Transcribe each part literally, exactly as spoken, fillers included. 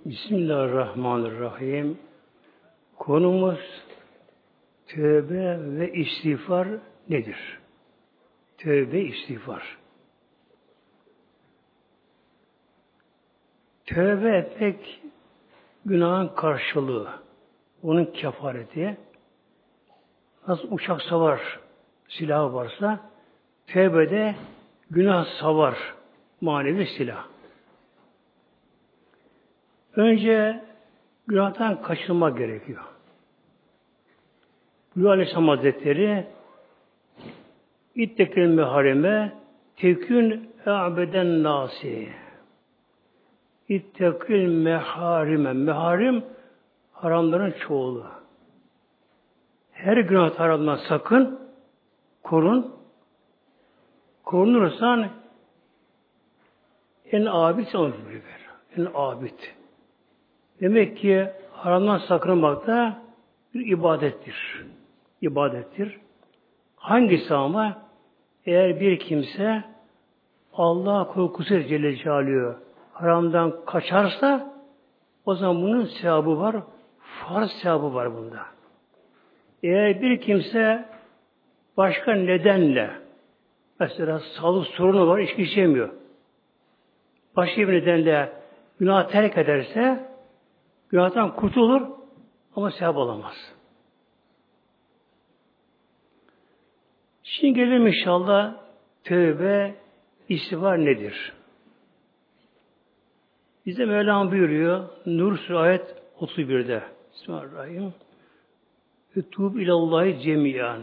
Bismillahirrahmanirrahim. Konumuz tövbe ve istiğfar nedir? Tövbe, istiğfar. Tövbe etmek günahın karşılığı, onun kefareti. Nasıl uçak savar, silahı varsa, tövbede günah savar, manevi silah. Önce günahtan kaçınmak gerekiyor. Buyuruyor Aleyhisselam Hazretleri, İttekil meharime tekün e'beden nasi. İttekil meharime. Meharim, haramların çoğulu. Her günah haramdan sakın, korun. Korunursan en abid olur. En abid. Demek ki haramdan sakınmak da bir ibadettir. İbadettir. Hangisi ama? Eğer bir kimse Allah korkusu Celle Celaluhu haramdan kaçarsa o zaman bunun sevabı var. Farz sevabı var bunda. Eğer bir kimse başka nedenle mesela sağlık sorunu var, içki içemiyor. Başka bir nedenle günah terk ederse günahtan kurtulur ama sevap alamaz. Şimdi gelelim inşallah tövbe, istiğfar nedir? Bize Mevlam buyuruyor Nur Suresi ayet otuz birde. Bismillahirrahmanirrahim. Ve tub ilallahi cemiyan.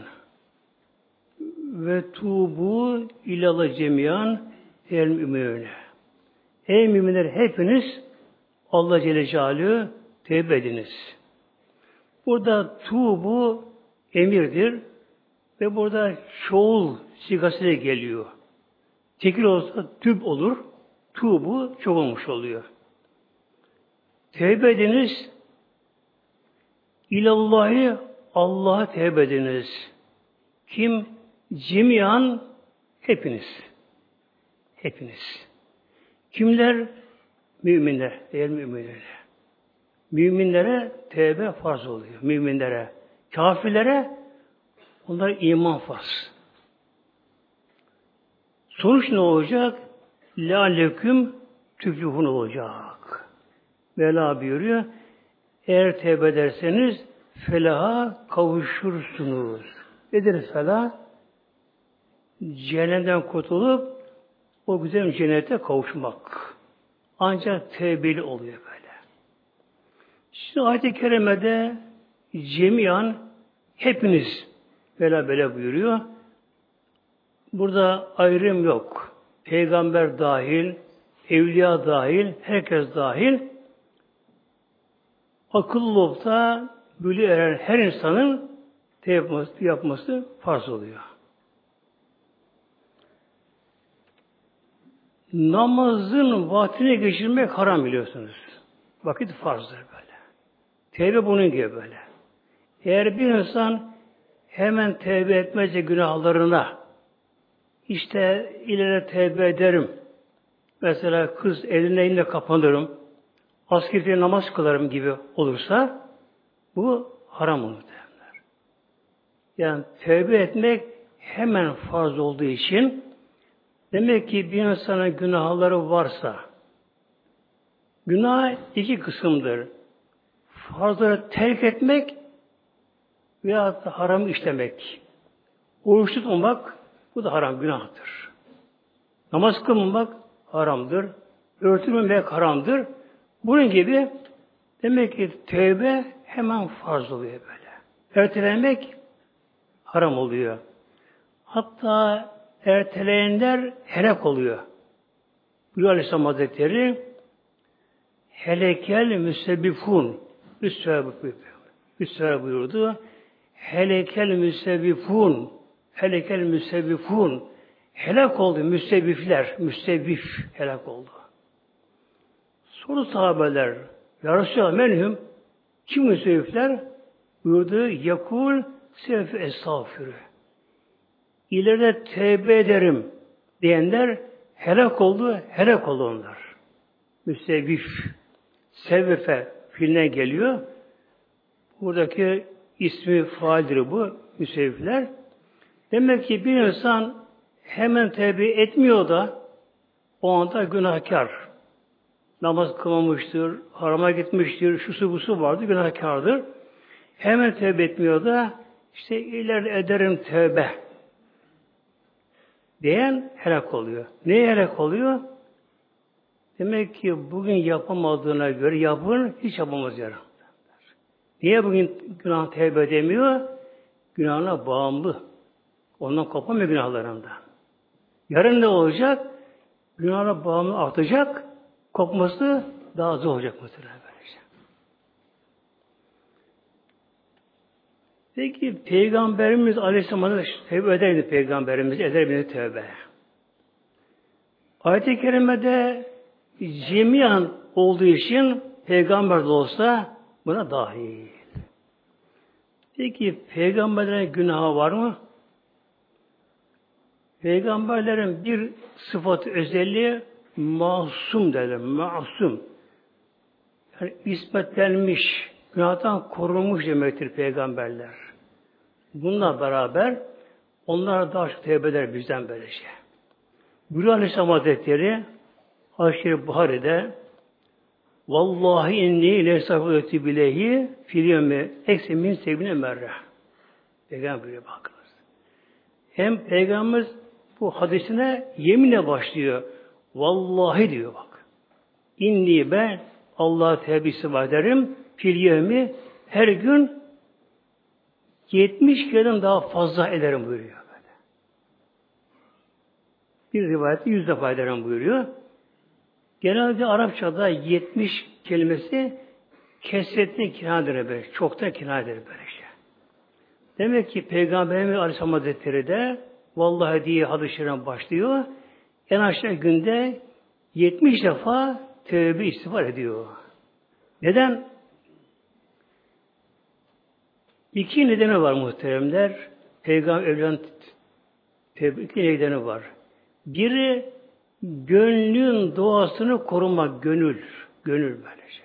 Ve tubu ilallahi cemiyan el müminine. Ey müminler hepiniz Allah Celle Celaluhu tevbe ediniz. Burada tubu emirdir ve burada çoğul sigasıyla geliyor. Tekil olsa tüb olur, tubu çok olmuş oluyor. Tevbe ediniz, ilallahi Allah'a tevbe ediniz. Kim? Cemiyan hepiniz. Hepiniz. Kimler? Müminler, değil müminler. Müminlere tevbe farz oluyor. Müminlere. Kafirlere onlar iman farz. Sonuç ne olacak? Lealleküm tüflühün olacak. Mevla buyuruyor. Eğer tevbe ederseniz felaha kavuşursunuz. Nedir felah? Cehennemden kurtulup o güzel cennete kavuşmak. Ancak tevbeli oluyor böyle. Şimdi ayet-i kerimede cemiyan hepiniz böyle böyle buyuruyor. Burada ayrım yok. Peygamber dahil, evliya dahil, herkes dahil. Akıllı olup da bülü eren her insanın tevbe yapması farz oluyor. Namazın vaktine geçirmek haram biliyorsunuz. Vakit farzdır böyle. Tevbe bunun gibi böyle. Eğer bir insan hemen tevbe etmezse günahlarına işte ileri tevbe ederim. Mesela kız eline eline kapanırım. Askerde namaz kılarım gibi olursa bu haram olur derler. Yani tevbe etmek hemen farz olduğu için demek ki bir insanın günahları varsa günah iki kısımdır. Farzları terk etmek veya da haram işlemek. Oruç tutmamak bu da haram, günahtır. Namaz kılmamak haramdır. Örtülmemek haramdır. Bunun gibi demek ki tövbe hemen farz oluyor böyle. Ertelemek haram oluyor. Hatta erteleyenler helak oluyor. Buyuruyor Aleyhisselam Hazretleri helekel müsebbifun Üstüne buyurdu. Helekel müsebbifun helekel müsebbifun helak oldu müsebbifler. Müsebbif helak oldu. Soru sahabeler Ya Resulallah menhum kim müsebbifler? Buyurdu yakul sef estağfirü. İleride tevbe ederim diyenler helak oldu, helak oldu onlar. Müsebbif. Sevvefe fiiline geliyor. Buradaki ismi faildir bu müsevvifler. Demek ki bir insan hemen tevbe etmiyor da o anda günahkar. Namaz kılmamıştır, harama gitmiştir, şusu busu vardır, günahkardır. Hemen tevbe etmiyor da işte ileride ederim tevbe diyen helak oluyor. Neye helak oluyor? Demek ki bugün yapamadığına göre yapın, hiç yapamaz yarın. Niye bugün günah tevbe edemiyor? Günahına bağımlı. Ondan kopamıyor günahlarından. Yarın ne olacak? Günahına bağımlı artacak, kopması daha zor olacak mesela böylece. Peki Peygamberimiz Aleyhisselam'a tevbe ederdi Peygamberimiz, eder mi tevbe? Ayet-i Kerime'de cemiyan olduğu için Peygamber de olsa buna dahil. Peki Peygamberlerin günahı var mı? Peygamberlerin bir sıfatı özelliği masum derler, masum. Yani ismetlenmiş, günahtan korunmuş demektir peygamberler. Bununla beraber onlar daha çok tevbe eder bizden böylece. Buyuruyor Aleyhisselam Hazretleri Aşir-i Buhari'de vallahi inni lesafiyeti bilehi filiyemi ekse min sevbine merre. Peygamber buyuruyor bakınız. Hem Peygamberimiz bu hadisine yeminle başlıyor. Vallahi diyor bak. İnni ben Allah'a tevbe istiva ederim. Fil yevmi her gün yetmiş kereden daha fazla ederim buyuruyor. Böyle. Bir rivayette yüz defa ederim buyuruyor. Genelde Arapçada yetmiş kelimesi kesretine kinayedir böyle. Çoktan kinayedir böyle şey. Demek ki Peygamberimiz Aleyhisselam Hazretleri de vallahi diye hadis-i şeriften başlıyor. En aşağı günde yetmiş defa tevbe istiğfar ediyor. Neden? İki nedeni var muhteremler. Peygamber evlen tevbe iki nedeni var. Biri gönlün doğasını korumak, gönül. Gönül böylece.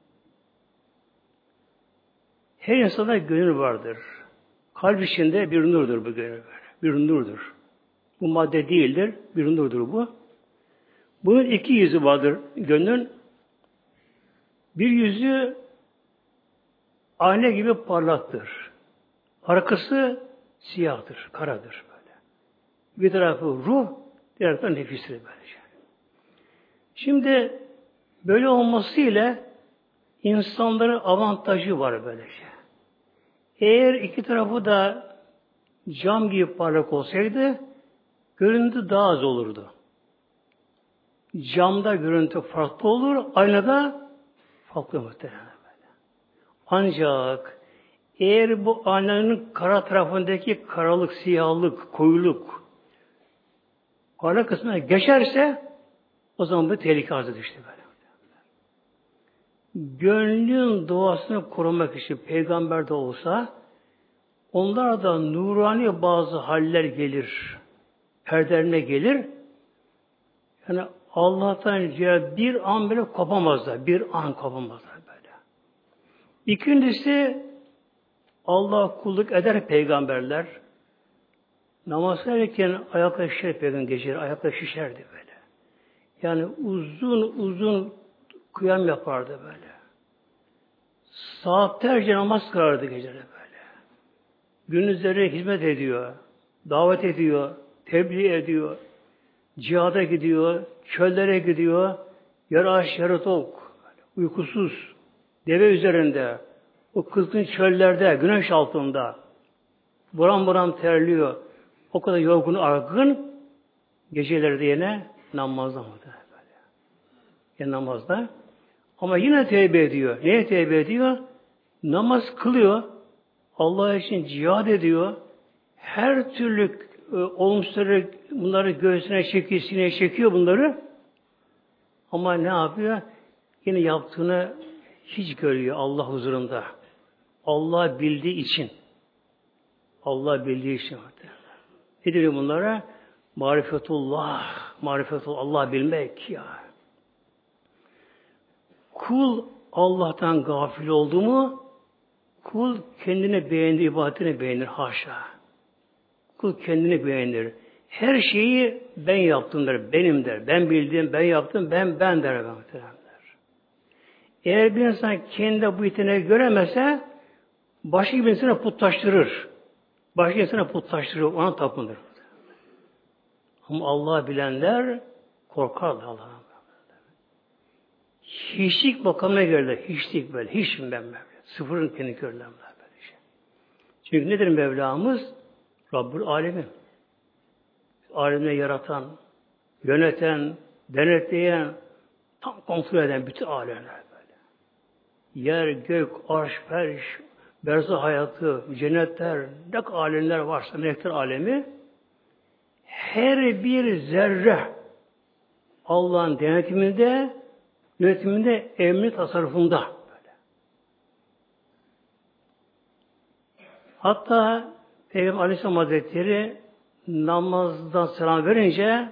Her insanda gönül vardır. Kalp içinde bir nurdur bu gönül böyle. Bir nurdur. Bu madde değildir. Bir nurdur bu. Bunun iki yüzü vardır gönlün. Bir yüzü ayna gibi parlaktır. Arkası siyahtır, karadır böyle. Bir tarafı ruh, diğer tarafı nefistir böylece. Şimdi böyle olmasıyla insanların avantajı var böylece. Eğer iki tarafı da cam gibi parlak olsaydı görüntü daha az olurdu. Camda görüntü farklı olur, aynada farklı muhtemelen böyle. Ancak eğer bu aynanın kara tarafındaki karalık, siyahlık, koyuluk kara kısmına geçerse o zaman bu tehlike arz edildi işte böyle. Gönlün doğasını korumak için peygamber de olsa onlara da nurani bazı haller gelir. Perdelerine gelir. Yani Allah'tan bir an bile kopamazlar. Bir an kopamazlar böyle. İkincisi Allah kulluk eder peygamberler. Namaz kılarken ayakları şişer peygamber geceleri. Ayakları şişerdi böyle. Yani uzun uzun kıyam yapardı böyle. Saatlerce namaz kılardı geceleri böyle. Gündüzleri hizmet ediyor. Davet ediyor. Tebliğ ediyor. Cihada gidiyor. Çöllere gidiyor. Yarı aç yarı tok. Uykusuz. Deve üzerinde. O kızgın çöllerde. Güneş altında. Buram buram terliyor. O kadar yorgun argın. Gecelerde yine namazda mı böyle. Yani namazda. Ama yine tevbe ediyor. Neye tevbe ediyor? Namaz kılıyor. Allah için cihad ediyor. Her türlü e, olumsuzları bunları göğsüne çekiyor, sineye çekiyor bunları. Ama ne yapıyor? Yine yaptığını hiç görüyor Allah huzurunda. Allah bildiği için. Allah bildiği için. Ne diyor bunlara? Marifetullah. Marifetullah. Allah bilmek ya. Kul Allah'tan gafil oldu mu, kul kendine beğendiği ibadetini beğenir. Haşa. Kul kendini beğenir. Her şeyi ben yaptım der, benim der. Ben bildim, ben yaptım, ben ben der. der. Eğer bir insan kendi bu yeteneği göremezse başka bir insana putlaştırır. Başka insana putlaştırır, ona tapınır. Ama Allah'ı bilenler korkarlar Allah'tan. Hiçlik bakımına göre hiçlik böyle, hiç ben böyle. Sıfırın kendi görürler böyle şey. Çünkü nedir Mevlamız? Rabbül Alemin. Alemleri yaratan, yöneten, denetleyen, tam kontrol eden bütün alemler böyle. Yer, gök, arş, ferş, berzah hayatı, cennetler, ne alemler varsa, melekler alemi, her bir zerre Allah'ın denetiminde, yönetiminde, emri tasarrufunda. Böyle. Hatta Peygamber Aleyhisselam Hazretleri namazdan selam verince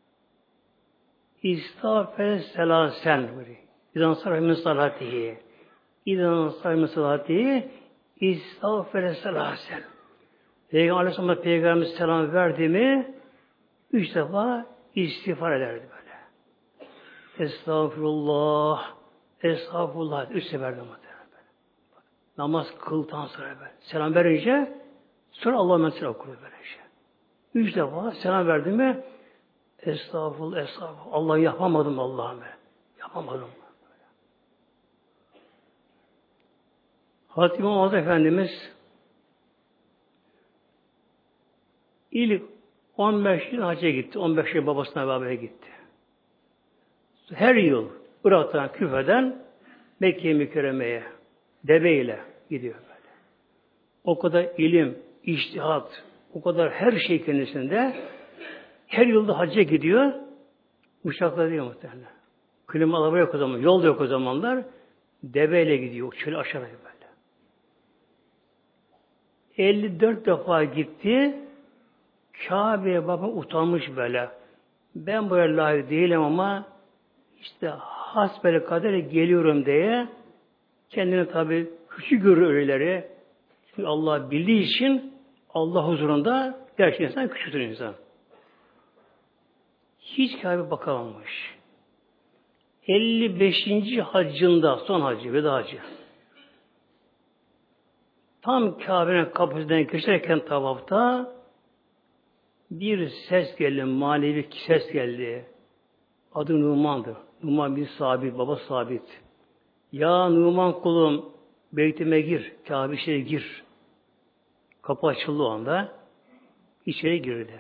İstağfir selasen İzan sarfı salatihi İzan sarfı salatihi İstağfir selasen Peygamber Aleyhisselam Peygamber selam verdi mi üç defa istiğfar ederdi böyle. Estağfurullah Estağfurullah üç sefer namaz böyle. Namaz kıldıktan sonra böyle. Selam verince sonra Allah'a mesela okur böyle şey. Üç defa selam verdi mi estağfurullah, estağfurullah. Allah yapamadım Allah'ım. Yapamadım. Hazreti İmam Azam Efendimiz ilk on beş yıl hacca gitti. on beş yıl babasına beraber gitti. Her yıl Irak'tan, Küfe'den Mekke'ye mükerremeye deveyle gidiyor böyle. O kadar ilim, içtihat, o kadar her şey kendisinde. Her yılda hacca gidiyor. Uçakla değil muhtemelen. Klima araba yok o zaman. Yol da yok o zamanlar. Deveyle gidiyor. Çölü aşarak böyle. elli dört defa gitti. Kabe'ye bakın utanmış böyle. Ben buraya layık değilim ama işte hasbel kadere geliyorum diye kendini tabi küçük görür öyleleri. Çünkü Allah bildiği için Allah huzurunda gerçekten insan küçültür insan. Hiç Kabe bakamamış. elli beşinci haccında, son hacı, veda hacı. Tam Kabe'nin kapısından geçerken tavafta bir ses geldi, manevi ses geldi. Adı Numan'dı. Numan bin Sabit, baba Sabit. Ya Numan kulum, beytime gir, Kabe içeri gir. Kapı açıldı o anda. İçeri girdi.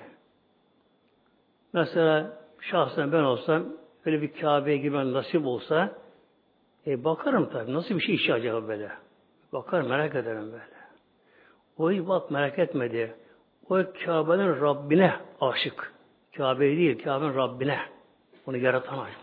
Mesela şahsen ben olsam öyle bir Kabe'ye girmem nasip olsa e, bakarım tabii. Nasıl bir şey işi acaba böyle? Bakarım, merak ederim böyle. O hiç bak merak etmedi. O Kabe'nin Rabbine aşık. Kabe değil, Kabe'nin Rabbine. Onu yaratan aşık.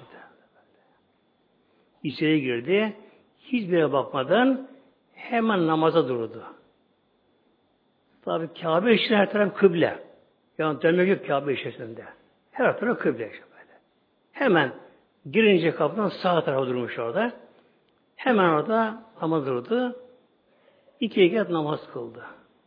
İçeri girdi. Hiçbir yere bakmadan hemen namaza durdu. Tabii Kabe için her taraf kıble. Yani dönmek yok Kabe içerisinde. Her taraf kıble işte böyle. Hemen girince kapıdan sağ tarafa durmuş orada. Hemen orada namaz durdu. İki rekat namaz kıldı.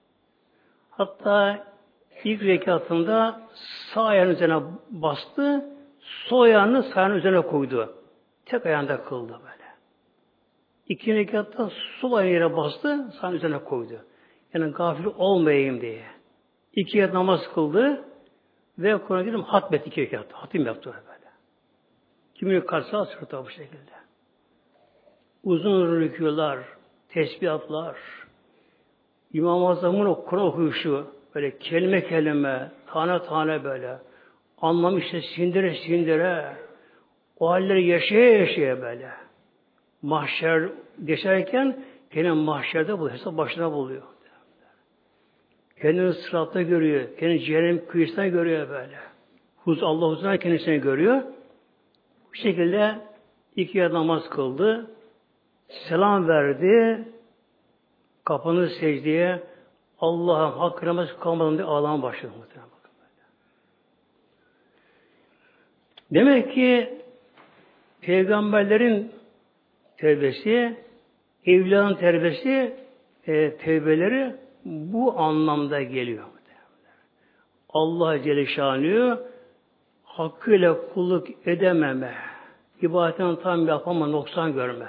Hatta ilk rekatında sağ ayağının üzerine bastı, sol ayağını sağ ayağının üzerine koydu. Tek ayağında kıldı böyle. İkinci rekatta sol ayağını yere bastı, sağ ayağının üzerine koydu. Yani gafil olmayayım diye. İki rekat namaz kıldı ve Kur'an'a girdim hatmet iki rekat. Hatim yaptı böyle. Kimin karşısına sırtı bu şekilde. Uzun rükûlar, tesbihatlar, İmam-ı Azam'ın o Kur'an okuyuşu, böyle kelime kelime, tane tane böyle, anlamış işte sindire sindire, o halleri yaşaya yaşaya böyle. Mahşer geçerken, gene mahşerde bu hesap başına buluyor. Kendini sıratta görüyor, kendini cehennem kıyısına görüyor böyle. Huz, Allah huzuruna kendisini görüyor. Bu şekilde iki yer namaz kıldı, selam verdi, kapanır secdeye, Allah'ım hakkı namaz kalmadan diye ağlamaya başladı. Demek ki peygamberlerin tevbesi, evliyanın tevbesi, e, tevbeleri bu anlamda geliyor. Allah Celle Şanlı'yı hakkıyla kulluk edememe, ibadetten tam yapama, noksan görme.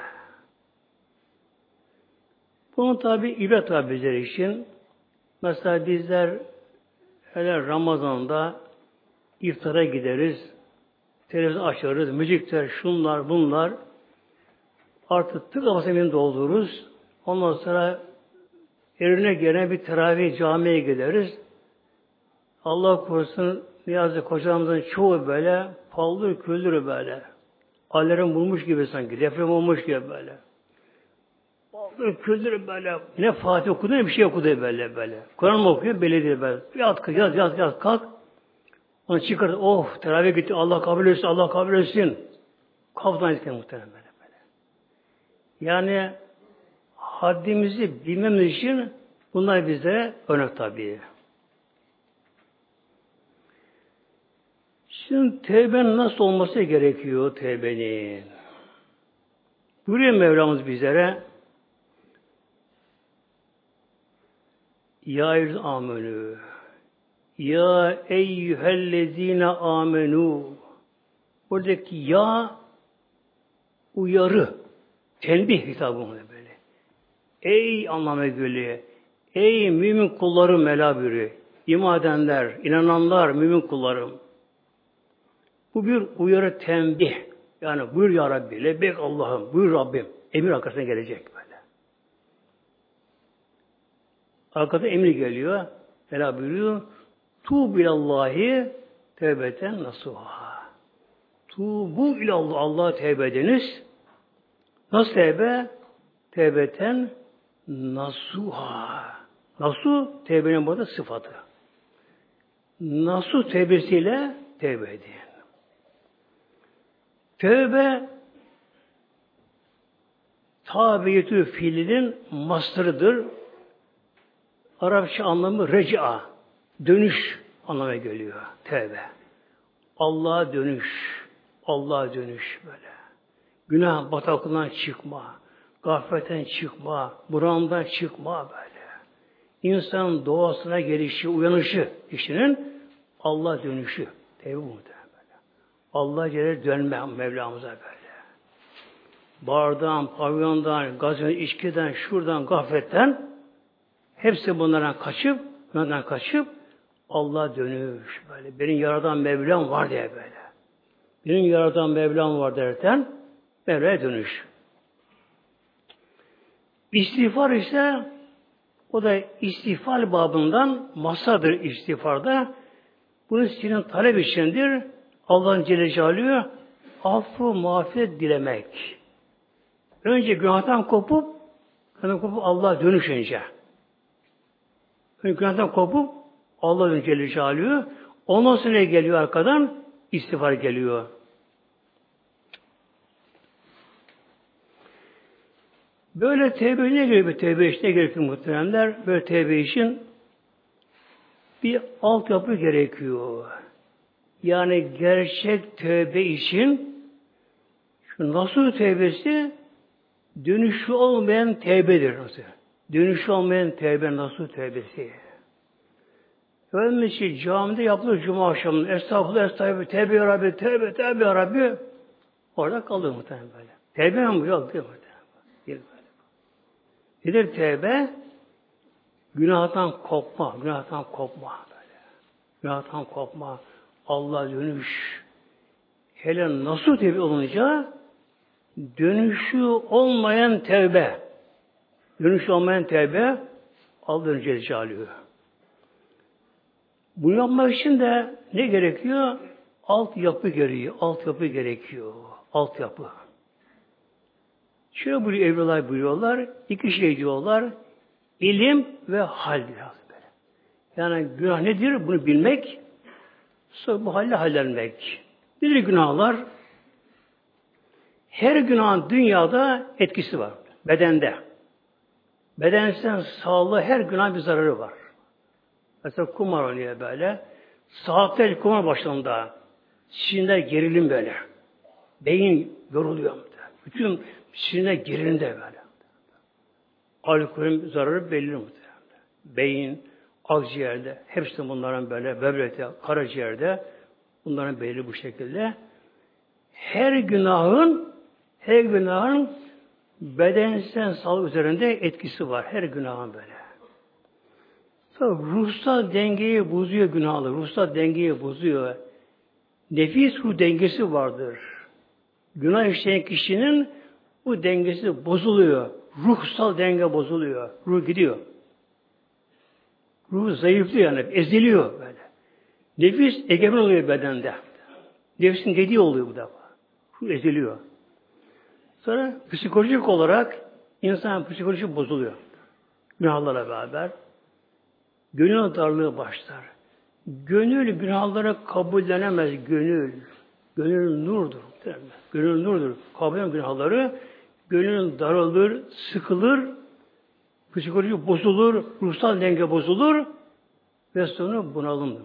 Bunun tabi ibret var bizler için. Mesela bizler hele Ramazan'da iftara gideriz, televizyon açarız, müzikler, şunlar, bunlar. Artık tık kafasını doldururuz. Ondan sonra erine gelen bir teravih camiye gideriz. Allah korusun Niyazi kocamızın çoğu böyle paldır küldür böyle. Alarm bulmuş gibi sanki, deprem olmuş gibi böyle. Paldır küldür böyle. Ne Fatih okudu ne bir şey okudu böyle böyle. Kur'an mı okuyor belli böyle. Yat yat yat yat kalk. Onu çıkart. Oh teravih gitti. Allah kabul etsin. Allah kabul etsin. Kaptan etken muhtemelen böyle böyle. Yani haddimizi bilmemiz için bunlar bize örnek tabii. Şimdi tevbenin nasıl olması gerekiyor tevbenin? Buyuruyor Mevlamız bizlere Ya eyyühel amenü Ya eyyühellezine amenu Buradaki ya uyarı tenbih hitabı böyle. Ey anlamına geliyor. Ey mümin kullarım Mevla buyuruyor. İman edenler, inananlar, mümin kullarım. Bu bir uyarı tembih. Yani buyur ya Rabbi, lebbek Allah'ım, buyur Rabbim. Emir arkasına gelecek böyle. Arkada emir geliyor. Mevla buyuruyor. Tuğbu ilallahi tevbeten nasuha. Tuğbu ilallah Allah'a tevbe ediniz. Nasıl tevbe? Tevbeten nasuha. Nasuh tevbenin burada sıfatı. Nasuh tevbesiyle tevbe edin. Tevbe tabiyetü fiilinin mastarıdır. Arapça anlamı reca, dönüş anlamına geliyor. Tevbe. Allah'a dönüş. Allah'a dönüş böyle. Günah bataklığından çıkma. Gafletten çıkma. Buramdan çıkma böyle. İnsanın doğasına gelişi, uyanışı kişinin Allah dönüşü. Tevbe muhtemelen. Allah Celle dönme Mevlamıza böyle. Bardan, pavyondan, gazından, içkiden, şuradan, gafletten hepsi bunlardan kaçıp, bunlardan kaçıp Allah dönüş böyle. Benim yaradan Mevlam var diye böyle. Benim yaradan Mevlam var derken Mevla'ya dönüş. İstiğfar ise o da istiğfar babından masadır istiğfarda. Bunu senin talep içindir. Allah'ın Celle Celaluhu affı mağfiret dilemek. Önce günahtan kopup günahtan kopup Allah'a dönüş önce. Önce günahtan kopup Allah'ın Celle Celaluhu ondan sonra geliyor arkadan istiğfar geliyor. Böyle tevbe ne gerekiyor? Tevbe işine gerekiyor muhteremler. Böyle tevbe için bir altyapı gerekiyor. Yani gerçek tövbe için şu nasıl tövbesi dönüşü olmayan tövbedir. Dönüşü olmayan tövbe nasıl tövbesi? Efendimiz için camide yapılır cuma akşamında. Estağfurullah, estağfurullah, tövbe ya Rabbi, tövbe, tövbe ya Rabbi. Orada kalır muhtemelen böyle. Tövbe mi bu? Yok değil muhtemelen. Değil böyle. Nedir tövbe? Günahtan kopma, günahtan kopma böyle. Günahtan kopma. Allah dönüş. Hele nasıl tevbe olunca dönüşü olmayan tevbe. Dönüşü olmayan tevbe Allah'ın Celle Celaluhu. Bunu yapmak için de ne gerekiyor? Altyapı gerekiyor. Altyapı gerekiyor. Altyapı. Şöyle buyuruyor, evliler buyuruyorlar. İki şey diyorlar. İlim ve hal biraz böyle. Yani günah nedir? Bunu bilmek. Sonra bu halle hallenmek. Nedir günahlar? Her günahın dünyada etkisi var. Bedende. Bedensel sağlığı her günah bir zararı var. Mesela kumar oynuyor böyle. Saatler kumar başlarında. Çinler gerilim böyle. Beyin yoruluyor. Bütün sinirine gerinde böyle. Alkolün zararı belli muhtemelen. Beyin, akciğerde, hepsi bunların böyle böbrekte, karaciğerde bunların belli bu şekilde. Her günahın her günahın bedensel sağlık üzerinde etkisi var. Her günahın böyle. Tabii ruhsal dengeyi bozuyor günahlar. Ruhsal dengeyi bozuyor. Nefis ruh dengesi vardır. Günah işleyen kişinin bu dengesi bozuluyor. Ruhsal denge bozuluyor. Ruh gidiyor. Ruh zayıflıyor yani. Eziliyor böyle. Nefis egemen oluyor bedende. Nefsin dediği oluyor bu defa. Ruh eziliyor. Sonra psikolojik olarak insan psikolojisi bozuluyor. Günahlarla beraber. Gönül darlığı başlar. Gönül günahları kabullenemez. Gönül. Gönül nurdur. Gönül nurdur. Kabullenemez günahları. Gönül daralır, sıkılır, psikoloji bozulur, ruhsal denge bozulur ve sonra bunalımdır.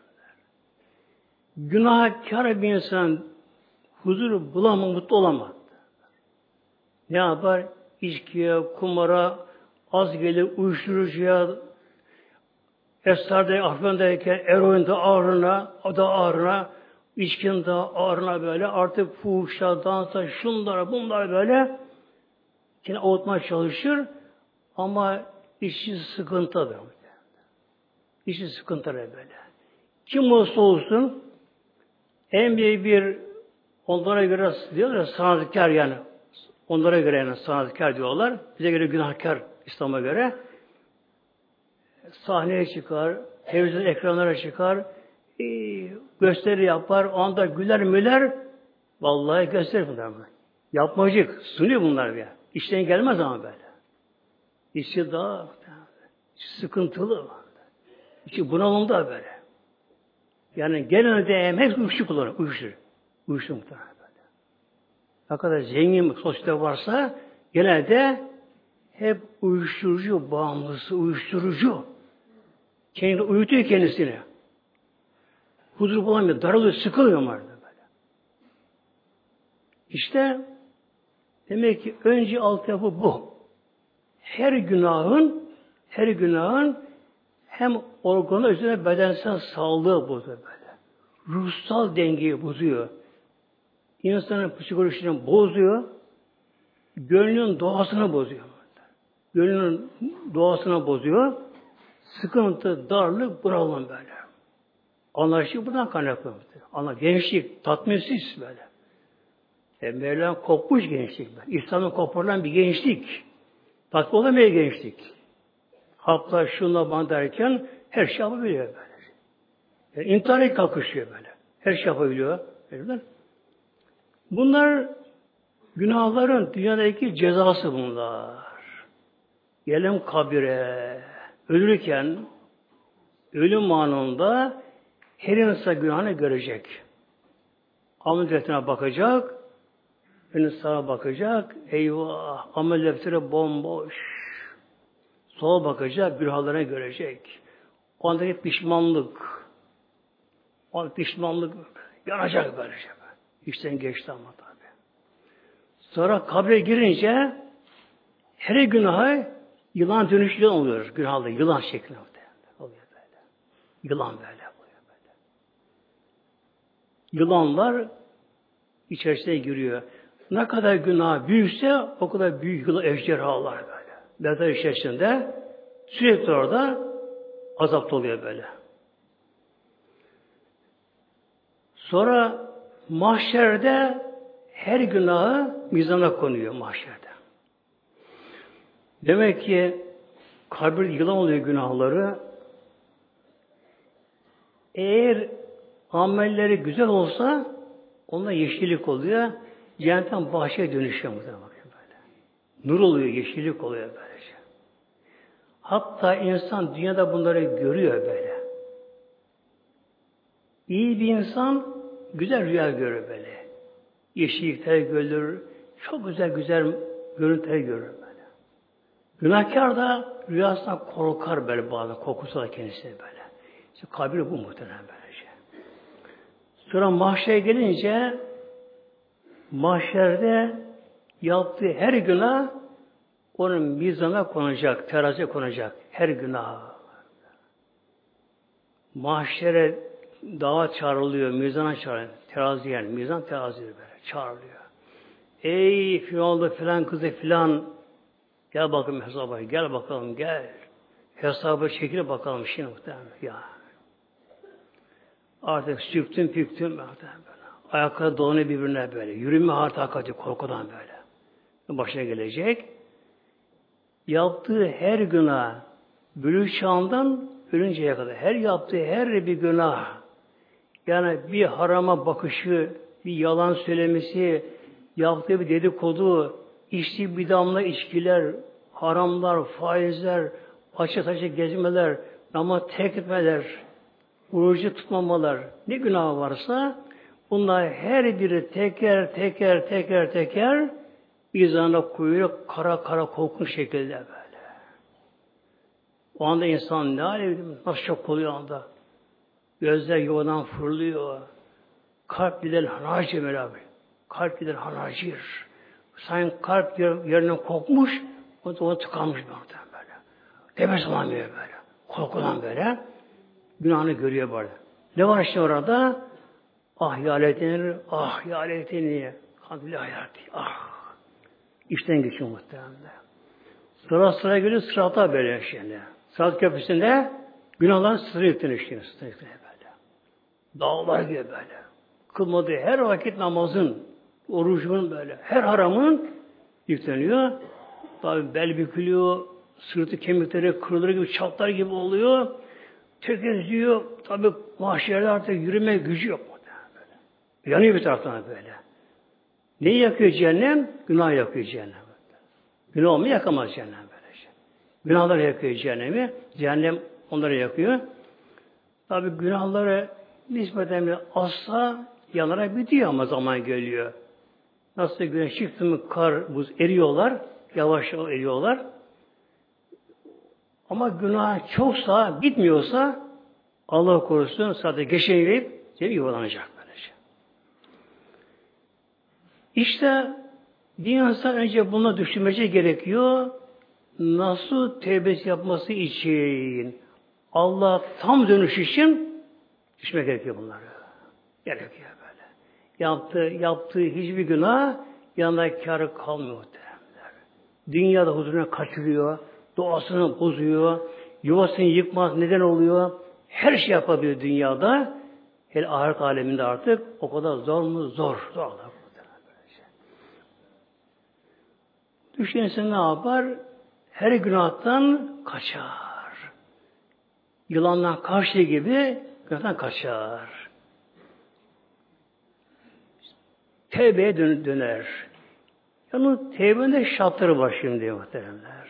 Günahkar bir insan huzuru bulamaz, mutlu olamaz. Ne yapar? İçkiye, kumara, az gelir, uyuşturucuya, esrarda, afyondayken, eroinde ağrına, da ağrına, içkinin de ağrına böyle, artık fuhuşa, dansa, şunlara, bunlara böyle yine avutmaya çalışır ama işi sıkıntıdır. İşi sıkıntıdır böyle. Kim olsa olsun en büyük bir onlara göre diyorlar sanatkar yani. Onlara göre yani sanatkar diyorlar. Bize göre günahkar İslam'a göre. Sahneye çıkar, televizyon ekranlara çıkar, e, gösteri yapar, o anda güler müler, vallahi gösterir bunlar. Yapmacık, sunuyor bunlar ya. İşten gelmez ama böyle. İşi daha sıkıntılı. İşi bunalımda böyle. Yani genelde hep uyuşuk kullanır, uyuşur. Uyuşur muhtemelen böyle. Ne kadar zengin sosyete varsa genelde hep uyuşturucu bağımlısı, uyuşturucu. Kendini uyutuyor kendisini. Huzur bulamıyor, daralıyor, sıkılıyor mu böyle. İşte demek ki önce altyapı bu. Her günahın her günahın hem organı üzerine bedensel sağlığı bozuyor böyle. Ruhsal dengeyi bozuyor. İnsanın psikolojisini bozuyor. Gönlün doğasını bozuyor. Gönlün doğasını bozuyor. Sıkıntı, darlık, bunalım böyle. Anlayışı buradan kaynaklanıyor. Ana gençlik, tatminsiz böyle. E, Mevlam kopmuş gençlik. İslam'ın koparılan bir gençlik. Tatmin olamayan gençlik. Haplar şunla bana derken her şey yapabiliyor böyle. Yani intihara kalkışıyor böyle. Her şey yapabiliyor. Böyle. Bunlar günahların dünyadaki cezası bunlar. Gelelim kabire. Ölürken ölüm anında her insan günahını görecek. Amel defterine bakacak. Önü sağa bakacak. Eyvah! Amel defteri bomboş. Sola bakacak. Günahlarını görecek. O andaki pişmanlık. O andaki pişmanlık yanacak böylece. İşten geçti ama tabi. Sonra kabre girince her günaha yılan dönüşü oluyor. Günahlı yılan şeklinde oluyor böyle. Yılan böyle oluyor böyle. Yılanlar içerisine giriyor. Ne kadar günah büyükse o kadar büyük yılan ejderhalar böyle. Mezar içerisinde sürekli orada azapta oluyor böyle. Sonra mahşerde her günahı mizana konuyor mahşerde. Demek ki kabir yılan oluyor günahları. Eğer amelleri güzel olsa onunla yeşillik oluyor. Cehennetten bahçeye dönüşüyor muhtemelen böyle. Nur oluyor, yeşillik oluyor böylece. Hatta insan dünyada bunları görüyor böyle. İyi bir insan güzel rüya görür böyle. Yeşillikler görür, çok güzel güzel görüntüler görür böyle. Günahkar da rüyasından korkar böyle bazen, kokusu da kendisine böyle. İşte kabir bu muhtemelen böylece. Sonra mahşere gelince mahşerde Yaptığı her günah onun mizana konacak, teraziye konacak. Her günah. Mahşere dağa çağrılıyor, mizana çağrılıyor. Terazi yani, mizan terazi böyle çağrılıyor. Ey filanlı filan kızı filan, gel bakalım hesaba, gel bakalım gel. Hesabı çekile bakalım şimdi muhtemelen ya. Artık süktün püktün muhtemelen böyle. Ayakları dolanıyor birbirine böyle. Yürüme artık hakikaten korkudan böyle. Başına gelecek. Yaptığı her günah bülük çağından ölünceye kadar her yaptığı her bir günah, yani bir harama bakışı, bir yalan söylemesi, yaptığı bir dedikodu, içtiği bir damla içkiler, haramlar, faizler, açık açık gezmeler, namaz terk etmeler, orucu tutmamalar, ne günah varsa bunlar her biri teker teker teker teker mizana koyuyor kara kara korkunç şekilde böyle. O anda insan ne hale, nasıl şok oluyor anda. Gözler yuvadan fırlıyor. Kalp gider hanacir böyle abi. Kalp gider hanacir. Sanki kalp yerinden kopmuş, o da onu tıkanmış böyle. Demez zaman böyle böyle. Korkudan böyle. Günahını görüyor böyle. Ne var işte orada? Ah yaletini, ah yaletini. Kandili hayati, ah. İşten geçiyor muhtemelen. Sıra sıra geliyor sırata böyle şeyler. Sırat köprüsünde günahların sıra yükleniyor işte. Sıra yükleniyor böyle. Dağlar gibi böyle. Kılmadığı her vakit namazın, orucun böyle, her haramın yükleniyor. Tabi bel bükülüyor, sırtı kemikleri kırılır gibi, çatlar gibi oluyor. Tökezliyor. Tabi mahşerde artık yürüme gücü yok. Böyle. Yanıyor bir taraftan böyle. Neyi yakıyor cehennem? Günah yakıyor cehennem. Günah olmayı yakamaz cehennem böylece. Günahları yakıyor cehennemi. Cehennem onları yakıyor. Tabi günahları nispeten bir asla yanarak bitiyor ama zaman geliyor. Nasıl güneş çıktı mı kar, buz eriyorlar. Yavaş yavaş eriyorlar. Ama günah çoksa, bitmiyorsa Allah korusun sadece geçeyip yuvalanacak böylece. İşte bir insan önce buna düşünmesi gerekiyor. Nasıl tevbesi yapması için, Allah tam dönüş için düşünmek gerekiyor bunları. Gerekiyor böyle. Yaptığı, yaptığı hiçbir günah yanında kârı kalmıyor muhtemelenler. Dünyada huzuruna kaçırıyor, doğasını bozuyor, yuvasını yıkmaz neden oluyor. Her şey yapabiliyor dünyada. Hele ahiret aleminde artık o kadar zor mu? Zor. Zor. Düşünse ne yapar? Her günahtan kaçar. Yılandan kaçtığı gibi günahtan kaçar. Tevbeye döner. Yani tevbenin şartları var şimdi muhteremler.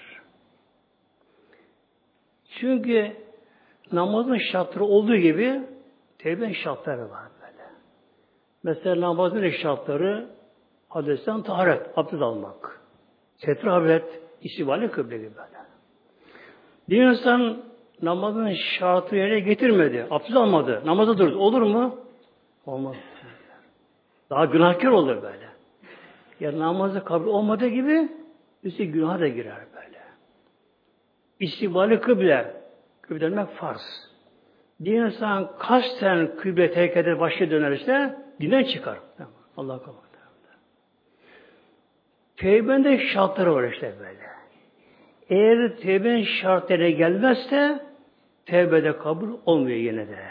Çünkü namazın şartları olduğu gibi tevbenin şartları var böyle. Mesela namazın şartları hadesten taharet, abdest almak. Setre avret, istibale kıble gibi böyle. Bir insan namazın şartı yerine getirmedi, abdest almadı, namaza durdu. Olur mu? Olmaz. Daha günahkar olur böyle. Ya namazı kabul olmadığı gibi üstü günaha da girer böyle. İstibale kıble, kıble dönmek farz. Bir insan kasten kıble terk eder, başa dönerse dinden çıkar. Allah kabul. Tevbenin de şartları var işte böyle. Eğer tevbenin şartları gelmezse tevbede kabul olmuyor yine de.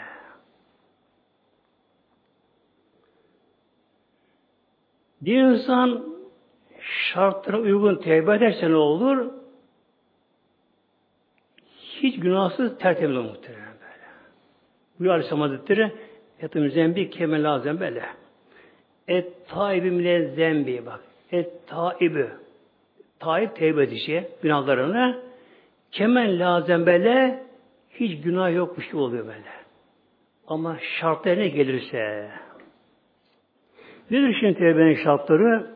Bir insan şartlara uygun tevbe ederse ne olur? Hiç günahsız tertemiz olur muhtemelen böyle. Buyur Aleyhisselam Hazretleri yatım zembi kemel lazım böyle. Et taibi mile zembi bak. Et taibi. Taib tevbe edişi günahlarına kemen lazım böyle hiç günah yokmuş gibi oluyor böyle. Ama şartları ne gelirse nedir şimdi tevbenin şartları?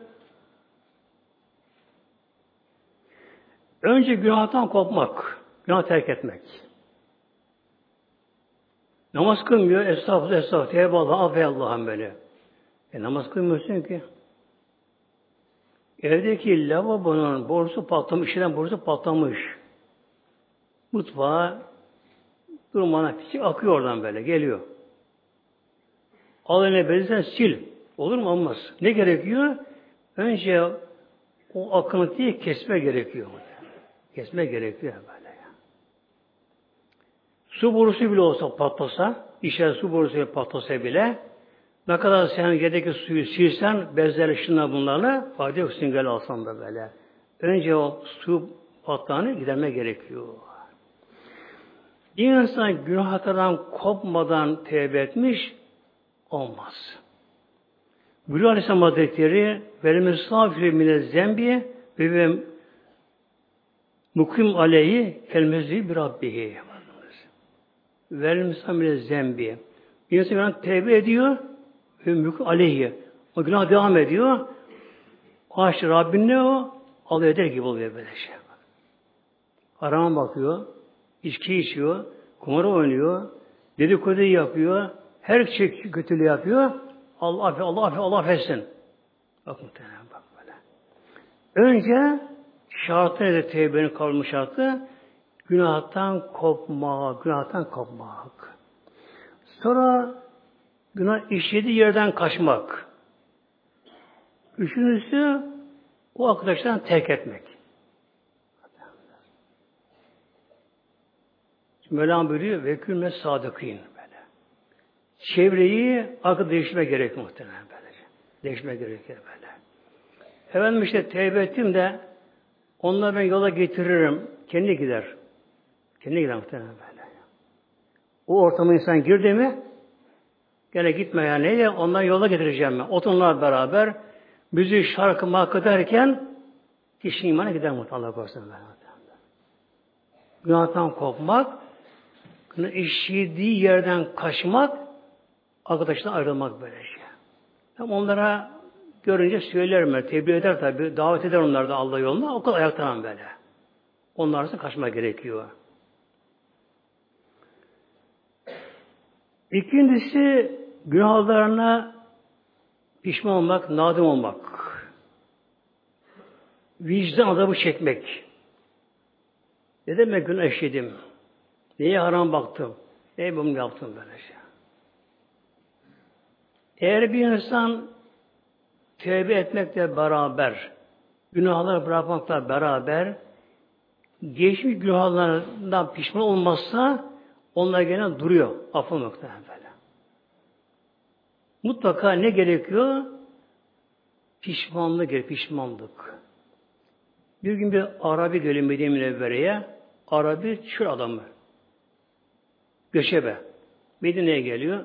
Önce günahtan kopmak. Günah terk etmek. Namaz kılmıyor. Estağfurullah, estağfurullah. Tevbe Allah, affey Allah'ım böyle. E namaz kılmıyorsun ki. Evdeki lavabonun borusu patlamış, işlenen borusu patlamış. Mutfağa durmadan küçük akıyor oradan böyle, geliyor. Al eline bezden sil. Olur mu? Olmaz. Ne gerekiyor? Önce o akıntıyı kesme gerekiyor. Kesme gerekiyor böyle. Su borusu bile olsa patlasa, içeri su borusu patlasa bile, ne kadar sen yedeki suyu silsen, bezlerle şunla bunlarla, fayda yok sünger alsan da böyle. Önce o su patlağını giderme gerekiyor. Bir insan günahlardan kopmadan tevbe etmiş, olmaz. Bülü Aleyhisselam Hazretleri velimiz safir mine zembi ve mukim aleyhi kelmezi bir rabbihi. Velimiz mine zembi. Bir insan tevbe ediyor ve mukim aleyhi. O günah devam ediyor. Karşı Rabbin ne o? Alay eder gibi oluyor böyle şey. Harama bakıyor, içki içiyor, kumara oynuyor, dedikodu yapıyor, her şey kötülüğü yapıyor. Allah affet, Allah affet, Allah affetsin. Bak muhtemelen bak böyle. Önce şartı nedir tevbenin kavramı şartı? Günahtan kopmak, günahtan kopmak. Sonra günah işlediği yerden kaçmak. Üçüncüsü o arkadaştan terk etmek. Mevlam buyuruyor ve külme sadıkîn böyle. Çevreyi akıl değiştirme gerek muhtemelen böylece. Değiştirme gerekir böyle. Efendim işte tevbe ettim de onları ben yola getiririm. Kendi gider. Kendi gider muhtemelen böyle. O ortama insan girdi mi gene gitme yani. Neyle? Ondan yola getireceğim ben. Otunlar beraber müziği şarkı marka derken kişi imana gider muhtemelen. Allah korusun böyle. Günahtan kopmak, işlediği yerden kaçmak, arkadaştan ayrılmak böyle şey. Tam onlara görünce söylerim, tebliğ eder tabi, davet eder onlar da Allah yoluna, o kadar ayaktanan böyle. Onlardan kaçmak gerekiyor. İkincisi, günahlarına pişman olmak, nadim olmak. Vicdan azabı çekmek. Ne demek günah işledim? Neye haram baktım? Neye bunu yaptım böyle şey? Eğer bir insan tövbe etmekle beraber, günahları bırakmakla beraber, geçmiş günahlarından pişman olmazsa, onlar gene duruyor. Affolmakta böyle. Mutlaka ne gerekiyor? Pişmanlık gerekiyor, pişmanlık. Bir gün bir Arabi geliyor Medine Münevvere'ye. Arabi çöl adamı. Göçebe. Medine'ye geliyor.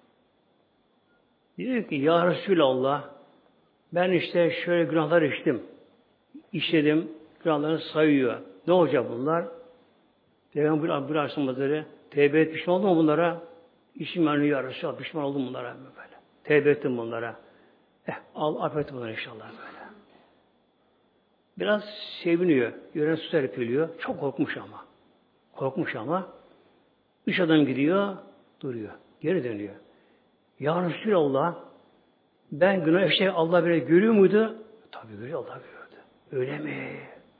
Diyor ki ya Resulallah ben işte şöyle günahlar işledim. İşledim. Günahlarını sayıyor. Ne olacak bunlar? Peygamber Aleyhisselam Hazretleri tevbe et pişman oldum mu bunlara? İşim yani ya Resulallah pişman oldum bunlara böyle. Tevbe ettim bunlara. Eh al affet bunları inşallah böyle. Biraz seviniyor. Yüreğine su serpiliyor. Çok korkmuş ama. Korkmuş ama. Üç adam gidiyor, duruyor. Geri dönüyor. Ya Resulallah ben günah işte Allah böyle görüyor muydu? Tabii görüyor, Allah görüyordu. Öyle mi?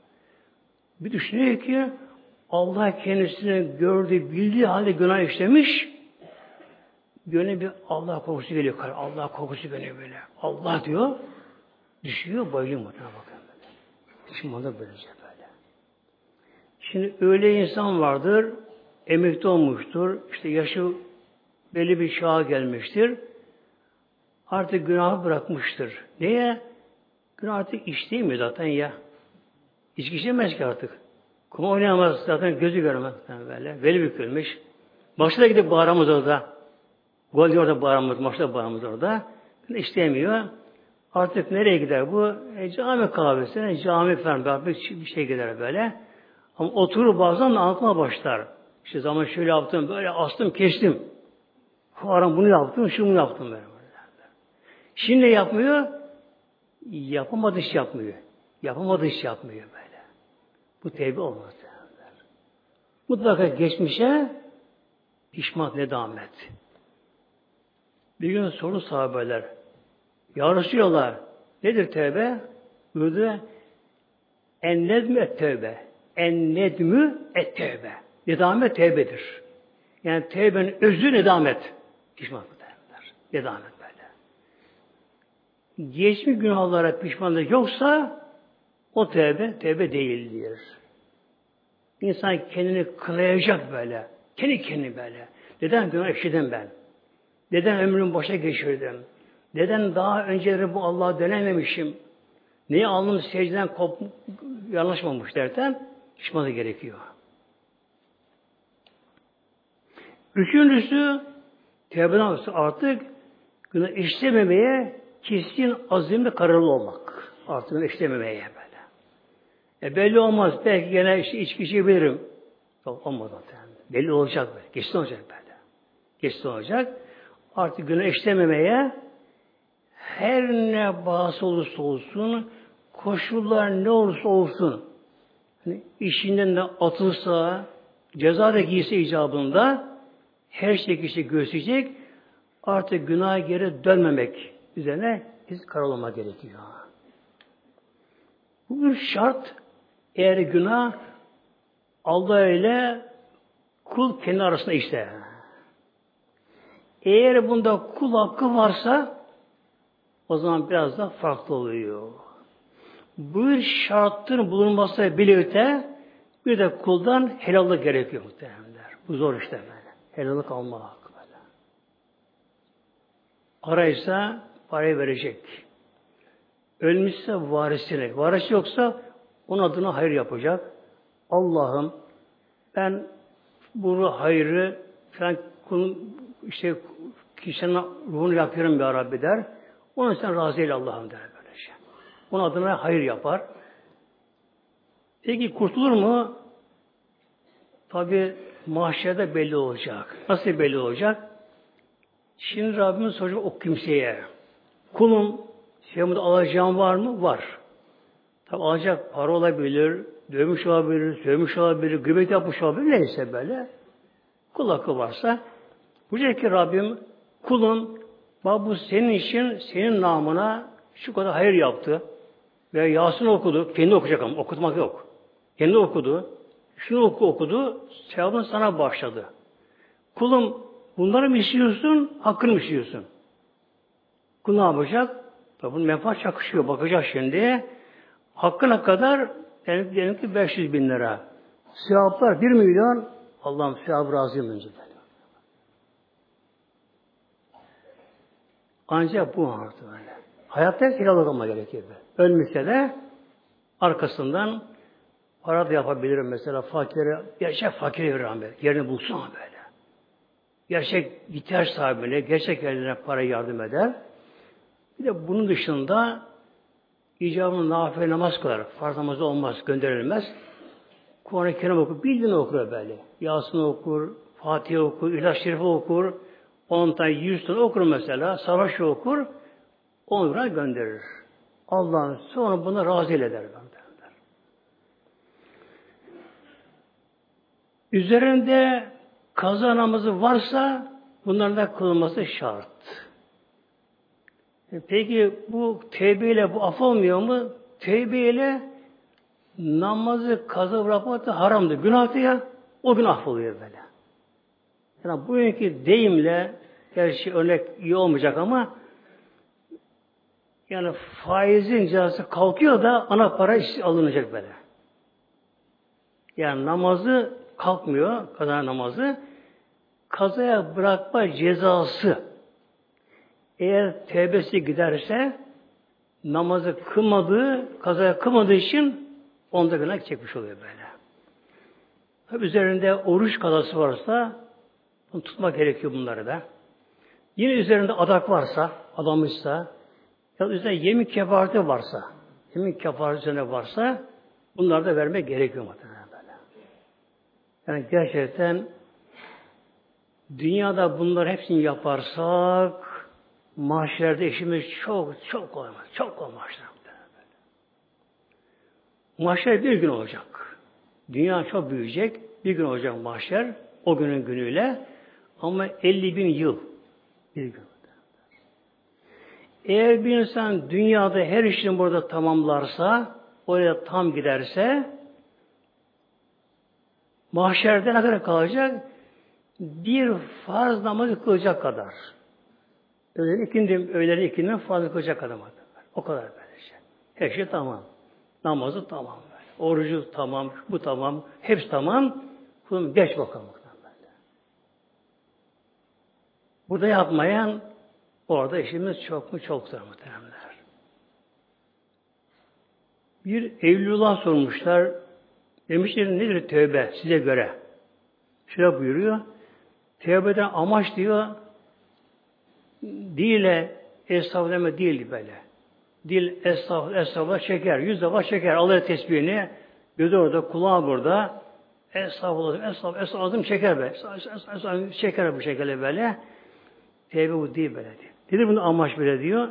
Bir düşünüyor ki Allah kendisini gördü, bildiği halde günah işlemiş. Gönlüne bir Allah korkusu geliyor. Allah korkusu geliyor böyle. Allah diyor. Düşüyor, bayılıyor muhtemelen bakın. Şimdi onda böylece böyle. Şimdi öyle insan vardır, emekli olmuştur, işte yaşı belli bir çağa gelmiştir, artık günahı bırakmıştır. Neye? Günah artık işleyemiyor zaten ya. İçki içemez ki artık. Kuma oynayamaz zaten, gözü görmez böyle. Veli bükülmüş. Maçta gidip bağıramız orada. Gol diyor orada bağıramız, maçta bağıramız orada. İşleyemiyor. Artık nereye gider bu? E, cami kahvesine, cami falan bir şey gider böyle. Ama oturur bazen de anlatmaya başlar. İşte zaman şöyle yaptım, böyle astım, kestim. Bu aram bunu yaptım, şunu yaptım böyle. Şimdi yapmıyor, yapamadığı iş yapmıyor. Yapamadığı iş yapmıyor böyle. Bu tevbe olmaz. Mutlaka geçmişe pişman nedamet. Bir gün soru sahabeler. Ya Resulallah nedir tevbe? Burada en nedmü et tevbe. En nedmü et tevbe. Nedamet tevbedir. Yani tevbenin özü nedamet. Pişmanlık derler. Nedamet böyle. Geçmiş günahlara pişmanlık yoksa o tevbe, tevbe değildir. İnsan kendini kınayacak böyle. Kendi kendini böyle. Neden günah işledim ben? Neden ömrümü boşa geçirdim? Neden daha önceleri bu Allah'a dönememişim? Neyi alnım secdeden kop, yanlışmamış derken pişmanlık gerekiyor. Üçüncüsü tevbeden artık günah işlememeye kesin azimle kararlı olmak. Artık günah işlememeye böyle. E belli olmaz. Belki gene işte içki içebilirim. Yok olmaz o yani. Belli olacak böyle. Geçti olacak böyle. Geçti olacak. Artık günah işlememeye her ne bahası olursa olsun, koşullar ne olursa olsun, hani işinden de atılsa, ceza da giyse icabında her şey kişi göğüsleyecek, artık günaha geri dönmemek üzerine biz karar olmak gerekiyor. Bu bir şart. Eğer günah Allah ile kul kendi arasında işte. Eğer bunda kul hakkı varsa o zaman biraz da farklı oluyor. Bu bir şartın bulunması birlikte bir de kuldan helallık gerekiyor muhtemelenler. Bu zor işte böyle. Helallık almak böyle. Paraysa parayı verecek. Ölmüşse varisine. Varis yoksa onun adına hayır yapacak. Allah'ım ben bunu hayrı falan işte kişinin ruhunu yapıyorum ya Rabbi der. Onun sen razı eyle Allah'ım der böylece. Onun adına hayır yapar. Peki kurtulur mu? Tabi mahşerde belli olacak. Nasıl belli olacak? Şimdi Rabbimiz soracak o kimseye. Kulum şeyimde alacağım var mı? Var. Tabi alacak para olabilir, dövmüş olabilir, sövmüş olabilir, gıybet yapmış olabilir, neyse böyle. Kul hakkı varsa diyecek ki Rabbim kulun bak bu senin için senin namına şu kadar hayır yaptı ve Yasin okudu. Kendi okuyacak ama okutmak yok. Kendi okudu. Şunu oku okudu. Sevabını sana bağışladı. Kulum bunları mı istiyorsun? Hakkını mı istiyorsun? Kul ne yapacak? Tabi bunun menfaat çakışıyor. Bakacak şimdi. Hakkına kadar yani diyelim ki beş yüz bin lira. Sevaplar bir milyon. Allah'ım sevabı razıyım önceden. Ancak bu artık öyle. Hayatta kiralık olma gerekir. Ölmüşse de arkasından para da yapabilirim mesela fakire, gerçek fakire verir yerini bulsun böyle. Gerçek ihtiyaç sahibine, gerçek yerine para yardım eder. Bir de bunun dışında icabını nafile namaz kılar. Farz namazı olmaz, gönderilmez. Kur'an-ı Kerim okur, bildiğini okur böyle. Yasin okur, Fatiha okur, İhlas-ı Şerif'i okur, on tane, yüz tane okur mesela, savaşı okur, onu buna gönderir. Allah'ın sonra buna razı eder. Üzerinde kaza namazı varsa bunların da kılınması şart. Peki bu tevbeyle bu af olmuyor mu? Tevbeyle namazı kaza bırakmak da haramdır. Günahtır ya. O gün affoluyor böyle. Yani bugünkü deyimle gerçi örnek iyi olmayacak ama yani faizin cezası kalkıyor da ana para alınacak böyle. Yani namazı kalkmıyor, kaza namazı. Kazaya bırakma cezası eğer tevbesi giderse namazı kılmadığı, kazaya kılmadığı için onda günah çekmiş oluyor böyle. Tabi üzerinde oruç kazası varsa bunu tutmak gerekiyor bunları da. Yine üzerinde adak varsa, adamışsa ya da üzerinde yemin kefareti varsa, yemin kefareti üzerine varsa bunları da vermek gerekiyor muhtemelen böyle. Yani gerçekten dünyada bunları hepsini yaparsak mahşerde işimiz çok çok olmaz. Çok olmaz. Mahşer bir gün olacak. Dünya çok büyüyecek. Bir gün olacak mahşer. O günün günüyle. Ama elli bin yıl. Bir gün. Eğer bir insan dünyada her işini burada tamamlarsa, oraya tam giderse, mahşerde ne kadar kalacak? Bir farz namazı kılacak kadar. Öğlen ikindi, öğlen ikindiden fazla kılacak kadar. O kadar böylece. Her şey tamam. Namazı tamam. Böyle. Orucu tamam, bu tamam, hepsi tamam. Kulum geç bakalım. Böyle. Burada yapmayan orada işimiz çok mu çoktur muhteremler. Bir Evlullah sormuşlar. Demişler nedir tövbe size göre? Şöyle buyuruyor. Tövbeden amaç diyor dile estağfurullah değil böyle. Dil estağfurullah, estağfurullah çeker. Yüz defa çeker. Alır tesbihini. Gözü orada, kulağı burada. Estağfurullah, estağfurullah, estağfurullah çeker be. Estağfurullah çeker bu şekilde böyle. Tevbe bu değil böyle diyor. Dedi bunu amaç böyle diyor.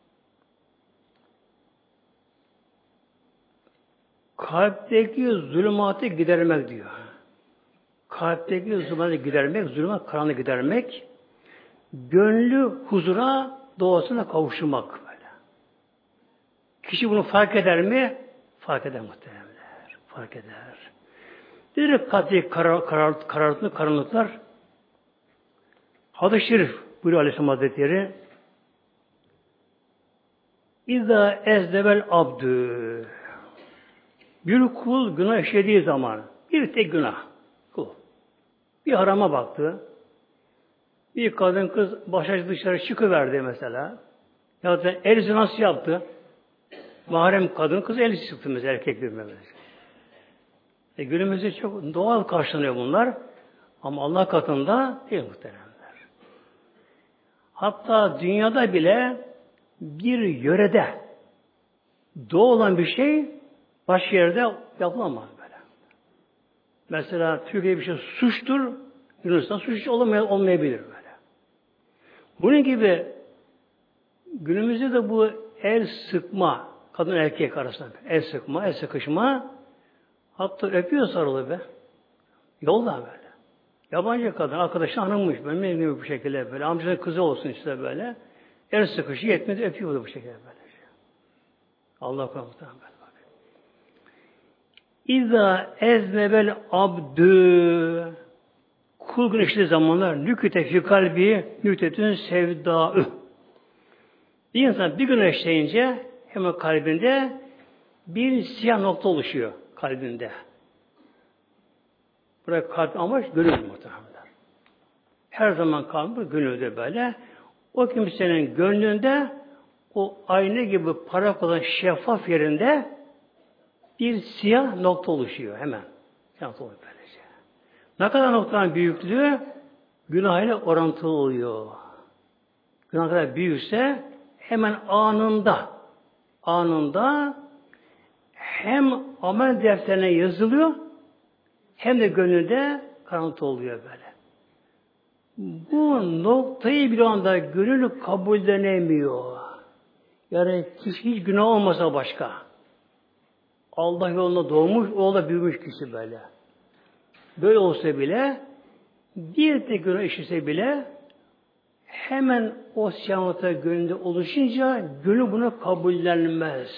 Kalpteki zulümatı gidermek diyor. Kalpteki zulümatı gidermek, zulümat karanlığı gidermek, gönlü huzura, doğasına kavuşmak böyle. Kişi bunu fark eder mi? Fark eder muhteremler. Fark eder. Dedi kalpteki karar, karar, karartlı karanlıklar. Hadis-i Şerif buyuruyor Aleyhisselam Hazretleri. İzâ ezdebel abdü. Bir kul günah işlediği zaman, bir tek günah kul. Bir harama baktı. Bir kadın kız başa dışarı çıkıverdi mesela. Ya da el zinası yaptı. Mahrem kadın kız el çıktı mesela erkek bir mesela. E, günümüzde çok doğal karşılanıyor bunlar. Ama Allah katında değil muhteremler. Hatta dünyada bile bir yörede doğu olan bir şey başka yerde yapılamaz böyle. Mesela Türkiye'de bir şey suçtur, Yunanistan suç olmay olmayabilir böyle. Bunun gibi günümüzde de bu el sıkma, kadın erkek arasında el sıkma, el sıkışma, hatta öpüyor sarılı be. Yolda böyle. Yabancı kadın, arkadaşı hanımmış, benim evim bu şekilde böyle, amcanın kızı olsun işte böyle. El sıkışı yetmedi, öpüyor bu şekilde böyle. Allah korusun böyle. İza eznebel abdü kul gün işlediği zamanlar nüküte fi kalbi nüktetün sevdaı. Bir insan bir gün işleyince hemen kalbinde bir siyah nokta oluşuyor kalbinde. Buraya kalp amaç gönül muhtemelen. Her zaman kalbi gönülde böyle. O kimsenin gönlünde o ayna gibi parlak olan şeffaf yerinde bir siyah nokta oluşuyor hemen. Siyah nokta oluyor böylece. Ne kadar noktanın büyüklüğü günahıyla orantılı oluyor. Günah kadar büyükse hemen anında anında hem amel defterine yazılıyor hem de gönülde karanlık oluyor böyle. Bu noktayı bir anda gönül kabullenemiyor. Yani kişi hiç günah olmasa başka. Allah yolunda doğmuş, o da büyümüş kişi böyle. Böyle olsa bile bir tek günah işlese bile hemen o siyahlıkta gönlünde oluşunca gönül bunu kabullenmez.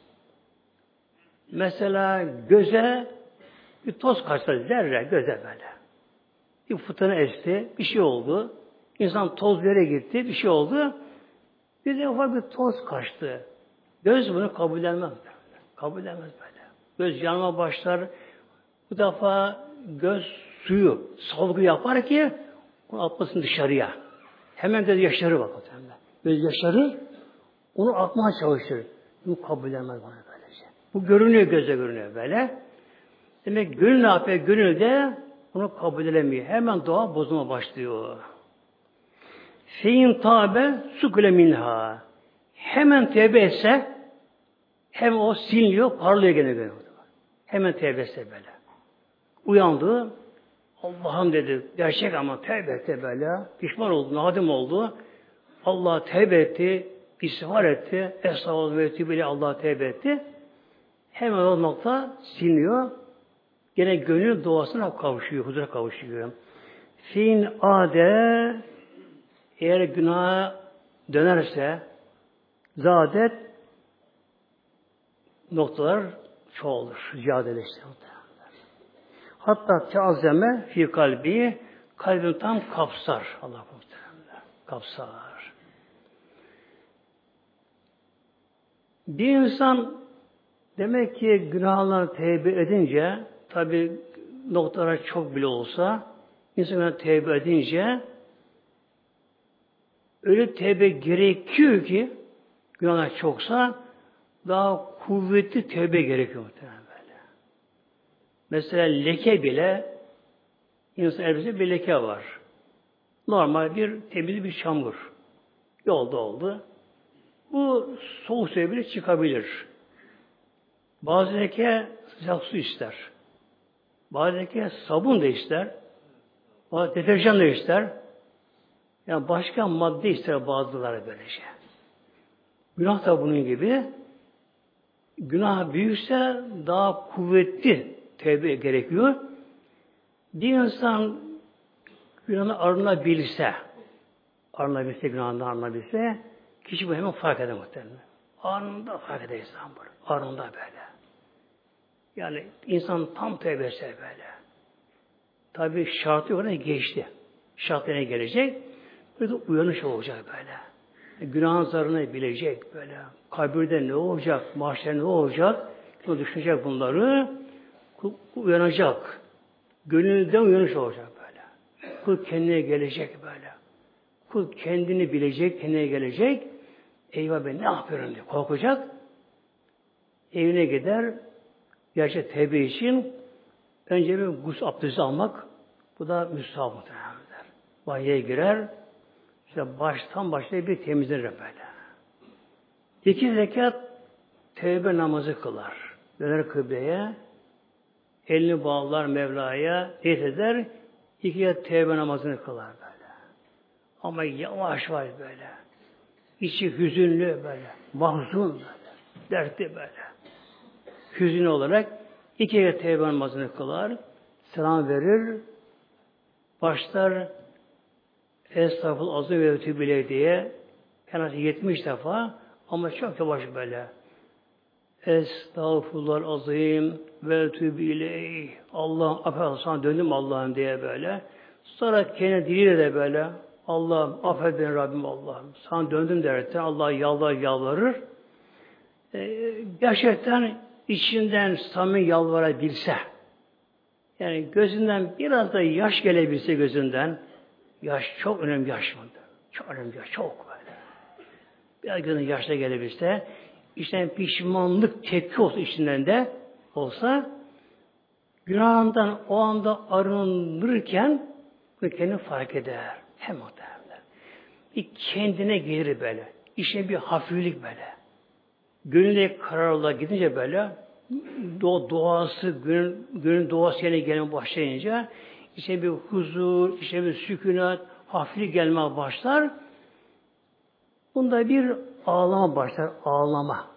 Mesela göze bir toz kaçtı zerre göze böyle. Bir fırtına esti, bir şey oldu. İnsan toz bir yere gitti, bir şey oldu. Bir de ufak bir toz kaçtı. Göz bunu kabullenmez. Kabullenmez böyle. Göz yanma başlar. Bu defa göz suyu salgı yapar ki onu atmasın dışarıya. Hemen de yaşarı bak. Göz yaşarı onu atmaya çalışır. Bunu kabullenmez bana böylece. Bu görünüyor, göze görünüyor böyle. Demek gönül ne yapıyor? Gönül de onu kabul edemiyor. Hemen doğa bozulma başlıyor. Fein tabe sukule minha. Hemen tevbe etse hem o siliniyor, parlıyor gene gene. Hemen tevbe etse böyle. Uyandı. Allah'ım dedi. Gerçek ama tevbe etti böyle. Pişman oldu, nadim oldu. Allah'a tevbe etti. İstiğfar etti. Estağfurullah etti bile Allah'a tevbe etti. Hemen o nokta siliniyor. Gene gönül doğasına kavuşuyor, huzura kavuşuyor. Fin ade eğer günaha dönerse, Zadet noktalar çoğalır. Ziyadeleştir. Hatta teazeme fi kalbi kalbini tam kapsar. Allah muhtemelen. Kapsar. Bir insan demek ki günahlarını tevbe edince tabi noktalar çok bile olsa insanlar tevbe edince öyle tevbe gerekiyor ki günahlar çoksa daha kuvvetli tevbe gerekiyor muhtemelen böyle. Mesela leke bile insan elbise bir leke var. Normal bir temiz bir çamur. Yolda oldu. Bu soğuk suya bile çıkabilir. Bazı leke sıcak su ister. Bazı leke sabun da ister. Bazı deterjan da ister. Yani başka madde ister bazıları böylece. Günah da bunun gibi. Günah büyükse daha kuvvetli tevbe gerekiyor. Bir insan günahını arınabilse, arınabilse, günahından arınabilse, kişi bu hemen fark eder muhtemelen. Anında fark eder insan böyle. Anında böyle. Yani insan tam tevbe etse böyle. Tabi şartı oraya geçti. Şartlarına gelecek. Böyle uyanış olacak böyle. Günahın zararını bilecek böyle. Kabirde ne olacak, mahşerde ne olacak, düşünecek bunları, uyanacak. Gönlünden uyanış olacak böyle. Kul kendine gelecek böyle. Kul kendini bilecek, kendine gelecek. Eyvah ben ne yapıyorum diye korkacak. Evine gider. Gerçek tevbe için önce bir gusül abdesti almak. Bu da müstahap muhtemelen. Banyoya girer. İşte baştan başlayıp bir temizlenir böyle. İki rekat tevbe namazı kılar. Döner kıbleye, elini bağlar Mevla'ya, niyet eder, iki rekat tevbe namazını kılar böyle. Ama yavaş var böyle. İçi hüzünlü böyle, mahzun böyle, dertli böyle. Hüzünlü olarak iki rekat tevbe namazını kılar, selam verir, başlar Estağfurullah azim ve ötübile diye en az yetmiş defa ama çok yavaş böyle. Estağfurullah azim ve ötübile Allah'ım affet sana döndüm Allah'ım diye böyle. Sonra kendi diliyle de böyle Allah'ım affet beni Rabbim Allah'ım. Sana döndüm derken Allah'a yalvar yalvarır. Ee, gerçekten içinden samimi yalvarabilse yani gözünden biraz da yaş gelebilse gözünden yaş çok önemli yaş mıdır? Çok önemli yaş, çok böyle. Biraz gözünden yaşta gelebilse içten pişmanlık tepki olsa içinden de olsa günahından o anda arındırırken kendini fark eder. Hem o derler. Bir kendine gelir böyle. İşte bir hafiflik böyle. Gönülde kararla gidince böyle do doğası, gönül, gönül doğası yerine gelmeye başlayınca işte bir huzur, işte bir sükunet, hafiflik gelmeye başlar. Bunda bir ağlama başlar, ağlama.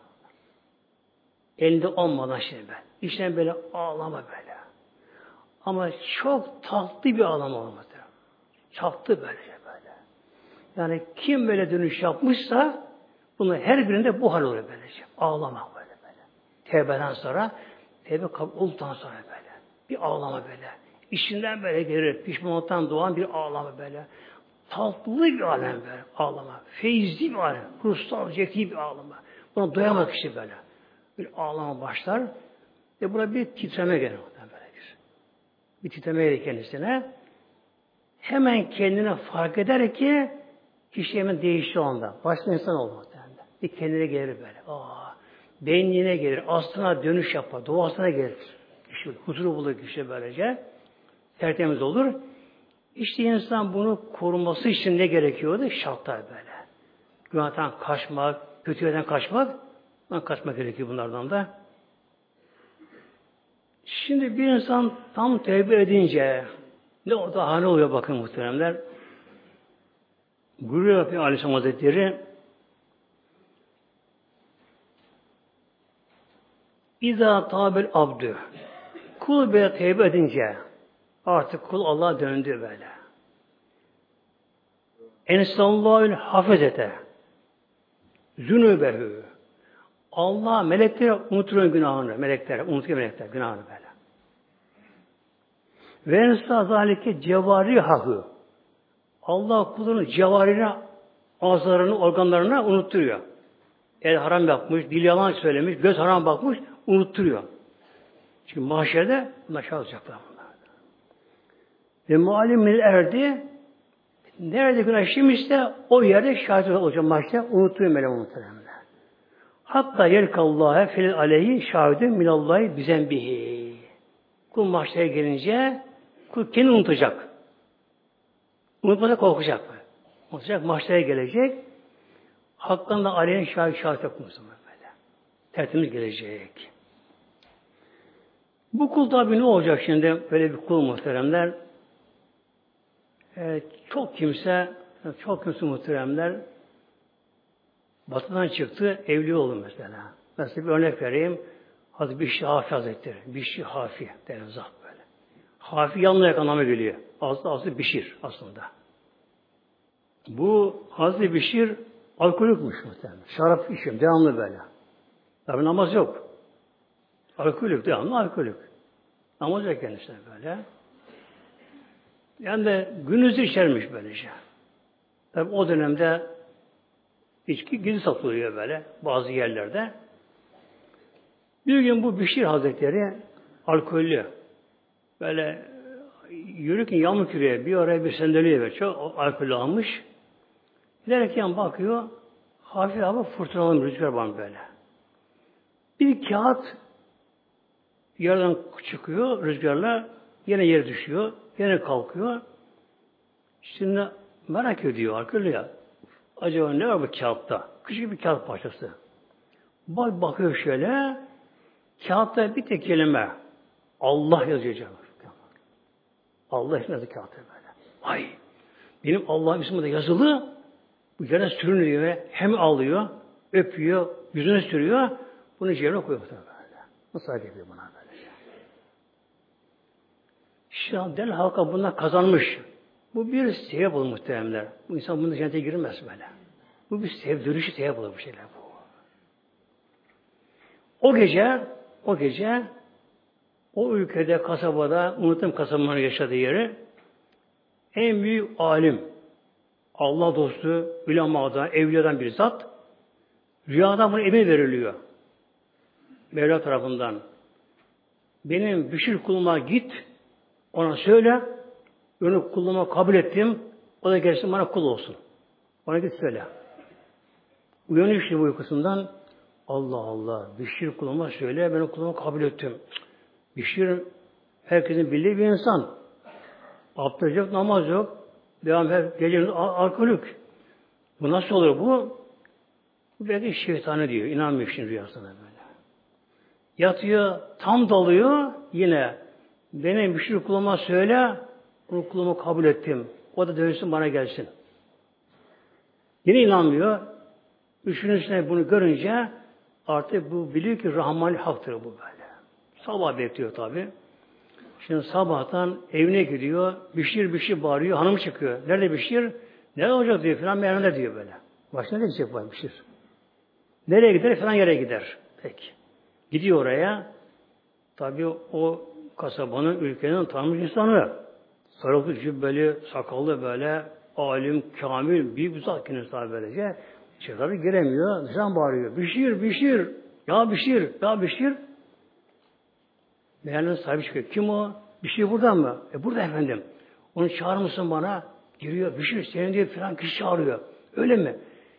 Elinde olmadan şey ben. İşte böyle ağlama böyle. Ama çok tatlı bir ağlama olmadı. Tatlı böyle böyle. Yani kim böyle dönüş yapmışsa bunun her birinde bu hal oluyor böylece. Ağlama böyle böyle. Tevbeden sonra, tevbe kabul olduktan sonra böyle. Bir ağlama böyle. İçinden böyle gelir, pişmanlıktan doğan bir ağlama böyle. Tatlı bir alem böyle, ağlama. Feyizli bir alem, ruhsal, zeki bir ağlama. Buna doyamak işte böyle. Bir ağlama başlar ve buna bir titreme gelir. Böyle bir, bir titreme gelir kendisine. Hemen kendine fark eder ki kişi hemen değişti onda. Başka insan olmaz. Yani. Bir kendine gelir böyle. Aa, benliğine gelir, aslına dönüş yapar, doğasına gelir. Kişi huzuru bulur kişi böylece. Tertemiz olur. İşte insan bunu koruması için ne gerekiyordu? Şartlar böyle. Günahtan kaçmak, kötülerden kaçmak, bundan kaçmak gerekiyor bunlardan da. Şimdi bir insan tam tevbe edince ne o da ne oluyor bakın muhteremler. Buyuruyor Rabbim Aleyhisselam Hazretleri İzâ tâbel abdü kul böyle tevbe edince artık kul Allah'a döndü böyle. Ensallâhül hafezete zünübehü. Allah melekler unutuyor günahını. Melekler unutuyor melekler günahını böyle. Ve ensa zalike cevari hahı. Allah kulunun cevarine, ağızlarını, organlarına unutturuyor. El haram yapmış, dil yalan söylemiş, göz haram bakmış, unutturuyor. Çünkü mahşerde bunlar şahit olacaklar bunlar. Ve muallimil erdi, nerede günah işlemişse o yerde şahit olacak mahşerde, unutuyor melek muhtemelen. Hatta yelkallâhe fil aleyhi şahidun minallahi bizenbihi. Kul mahşere gelince kul kendini unutacak. Unutmada korkacak. Unutacak, mahşere gelecek. Hak'tan da aleyhin şahit şahit yapmışsın böyle. Tertemiz gelecek. Bu kul tabi ne olacak şimdi? Böyle bir kul muhteremler. Ee, çok kimse, çok kimse muhteremler batıdan çıktı, evli oldu mesela. Mesela bir örnek vereyim. Hazreti Bişri Hafi Hazretleri. Bişri Hafi deriz zat böyle. Hafi yanlayak anlamı geliyor. Aslında aslında Bişir aslında. Bu Hazreti Bişir alkolikmiş muhtemelen. Şarap içiyor, devamlı böyle. Tabi namaz yok. Alkolik, devamlı alkolik. Namaz yok kendisine böyle. Yani de günüzü içermiş böylece. Tabi o dönemde içki gizli satılıyor böyle bazı yerlerde. Bir gün bu Bişir Hazretleri alkollü. Böyle yürürken yamuk yürüyor. Bir oraya bir sendeliyor böyle. Çok alkollü almış. Giderken bakıyor. Hafif hava fırtınalı rüzgar var böyle. Bir kağıt yerden çıkıyor rüzgarla. Yine yere düşüyor. Yine kalkıyor. Şimdi merak ediyor alkollü ya. Acaba ne var bu kağıtta? Küçük bir kağıt parçası. Bak bakıyor şöyle. Kağıtta bir tek kelime. Allah yazıyor canım. Allah yazıyor kağıtta böyle. Ay! Benim Allah'ın ismi de yazılı. Bu yere sürünüyor. Hem alıyor, öpüyor, yüzüne sürüyor. Bunu cebine koyuyor böyle. Nasıl hareket ediyor buna böyle? Şu an del halka bundan kazanmış. Bu bir sevap olur muhteremler. Bu insan bunun cennete girmez böyle. Bu bir sevdürüşü sevap olur bu şeyler bu. O gece, o gece o ülkede, kasabada, unuttum kasabanın yaşadığı yeri en büyük alim, Allah dostu, ulemadan, evliyadan bir zat rüyadan buna emir veriliyor. Mevla tarafından. Benim Bişir kuluma git, ona söyle, onu kuluma kabul ettim, o da gelsin bana kul olsun. Ona git söyle. Uyanıyor işte bu uykusundan. Allah Allah, Bişir kuluma söyle, ben o kuluma kabul ettim. Bişir, herkesin bildiği bir insan. Abdest yok, namaz yok. Devam her gecenin alkolik. Bu nasıl olur bu? Bu belki şeytanı diyor. İnanmıyor şimdi rüyasına böyle. Yatıyor, tam dalıyor yine. Benim Bişir kuluma söyle, onu kuluma kabul ettim. O da dönsün bana gelsin. Yine inanmıyor. Üçüncüsüne bunu görünce artık bu biliyor ki Rahman haktır bu böyle. Sabah bekliyor tabi. Şimdi sabahtan evine gidiyor. Bişir Bişir bağırıyor. Hanım çıkıyor. Nerede Bişir? Nerede olacak diyor falan. Nerede diyor böyle. Başına ne diyecek bu Bişir? Nereye gider? Falan yere gider. Peki. Gidiyor oraya. Tabi o kasabanın, ülkenin tanınmış insanı. Sarıklı cübbeli, sakallı böyle, alim, kamil, büyük bir zat kendisi tabi böylece. İçeri giremiyor. Dışarıdan bağırıyor. Bişir, Bişir. Ya Bişir, ya Bişir. Meğerlerin sahibi çıkıyor. Kim o? Bişir buradan mı? E burada efendim. Onu çağırır mısın bana? Giriyor. Bişir senin diye falan kişi çağırıyor. Öyle mi?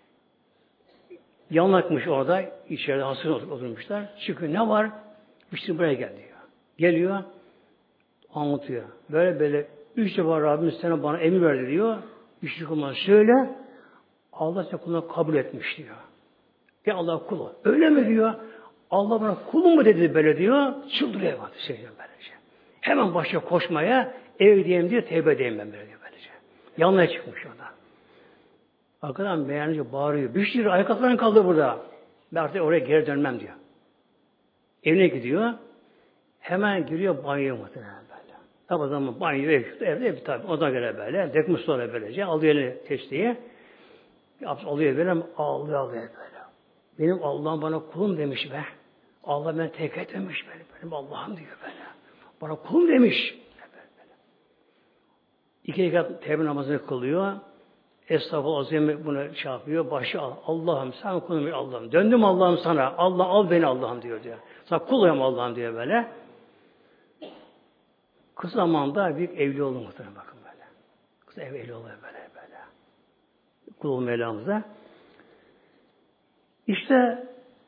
Yanlakmış orada. İçeride hasır oturmuşlar. Çıkıyor. Ne var? Bişir buraya gel diyor. Geliyor. Anlatıyor. Böyle böyle üç defa Rabbimiz sana bana emir verdi diyor. Bişir kuluna söyle. Allah seni kuluna kabul etmiş diyor. Ya Allah kulu. Öyle mi diyor? Allah bana kulum mu dedi böyle diyor. Çıldırıyor şey böylece. Hemen başlıyor koşmaya. Ev diyeyim diyor. Tevbe edeyim ben böyle diyor böylece. Yanına çıkmış orada. Arkadan meğerince bağırıyor. Bişir ayakkabıların kaldı burada. Ben artık oraya geri dönmem diyor. Evine gidiyor. Hemen giriyor banyoya muhtemelen böyle. Tabi o zaman banyo ev, evde ev tabi. O da göre böyle. Dekmus sonra böylece. Alıyor elini testiye. Alıyor böyle. Ağlıyor ağlıyor böyle. Benim Allah'ım bana kulum demiş be. Allah beni terk etmemiş benim. Benim Allah'ım diyor böyle. Bana kulum demiş. İki rekat tevbe namazını kılıyor. Estağfurullah azim bunu şey yapıyor. Başı al. Allah'ım sen kulum Allah'ım. Döndüm Allah'ım sana. Allah al beni Allah'ım diyor diyor. Sana kuluyum Allah'ım diyor böyle. Kısa zamanda büyük evli oldu muhtemelen bakın böyle. Kısa evli oluyor böyle böyle. Kul Mevlamıza. İşte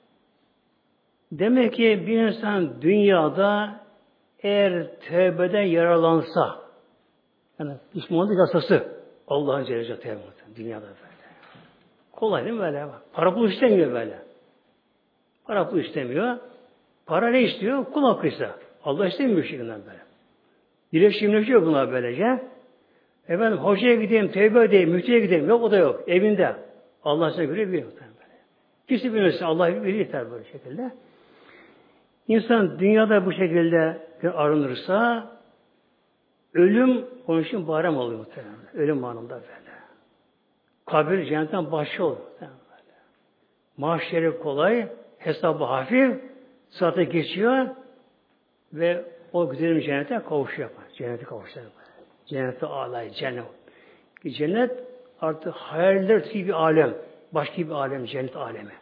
demek ki bir insan dünyada eğer tevbeden yararlansa, yani pişmanlık yasası Allah'ın Celle Celaluhu dünyada böyle. Kolay değil mi böyle? Para pul istemiyor böyle. Para pul istemiyor. Para ne istiyor? Kul hakkıysa. Allah istemiyor şekilden böyle. Dileşimleşiyor bunlar böylece. Efendim hocaya gideyim, tevbe edeyim, müftüye gideyim. Yok o da yok. Evinde. Allah size göre biliyor. Kimse bilmesin. Allah bilir yeter böyle şekilde. İnsan dünyada bu şekilde arınırsa ölüm onun için bayram oluyor muhtemelen. Ölüm anında böyle. Kabir cennetten başı oluyor. Mahşeri kolay, hesabı hafif, saate geçiyor ve o güzelim cennete kavuşuyor. Cennete kavuşuyor. Cennete alay, cennet. Cennet artık hayaller gibi bir alem. Başka bir alem, cennet alemi.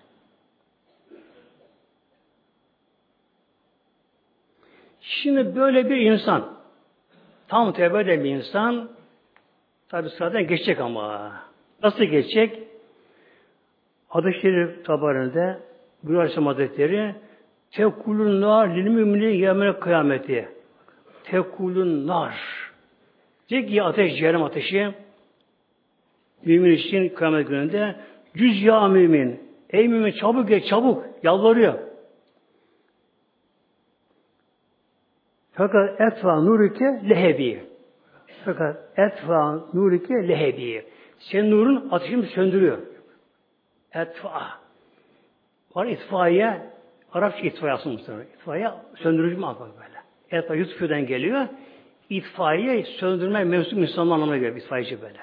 Şimdi böyle bir insan, tam tevbe eden bir insan, tabi sıradan geçecek ama. Nasıl geçecek? Hadis-i Şerif tabarında Buyur Aleyhisselam Hazretleri Tekulun nar lil müminin yevmel kıyameti. Tekulun nar. Diyor ki ateş, cehennem ateşi mümin için kıyamet gününde cüz ya mümin. Ey mümin çabuk geç, çabuk. Yalvarıyor. Fakat etfa nurike lehebi. Fakat etfa nurike lehebi. Senin nurun ateşini söndürüyor. Etfa. Var itfaiye, Arapça itfaiye aslında. İtfaiye söndürücü mü anlamı böyle. Etfa Yusuf'dan geliyor. İtfaiye söndürme mensup insanlar anlamına geliyor. İtfaiyeci böyle.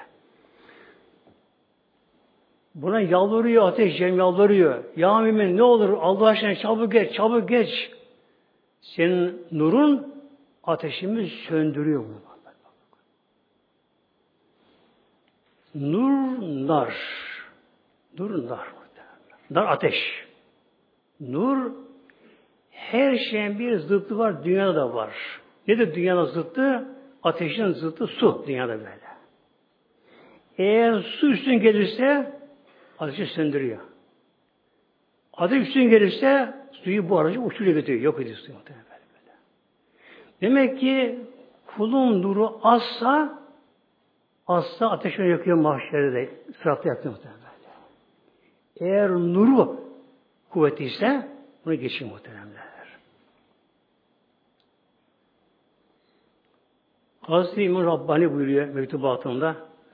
Buna yalvarıyor ateş, cem yalvarıyor. Ya mümin ne olur Allah aşkına çabuk geç, çabuk geç. Senin nurun ateşimi söndürüyor bunu. Nur, nar. Nur, nar. Nar ateş. Nur, her şeyin bir zıttı var, dünyada da var. Nedir dünyanın zıttı? Ateşin zıttı su, dünyada böyle. Eğer su üstün gelirse, ateşi söndürüyor. Ateş üstün gelirse, suyu bu aracı uçuruyor götürüyor, yok ediyor suyu. Böyle böyle. Demek ki, kulun nuru azsa, azsa ateşe yakıyor mahşerde, sıratta yakıyor muhtemelen. Eğer nuru kuvvetliyse bunu geçiyor muhteremler. Hazreti İmam Rabbani buyuruyor mektubatında.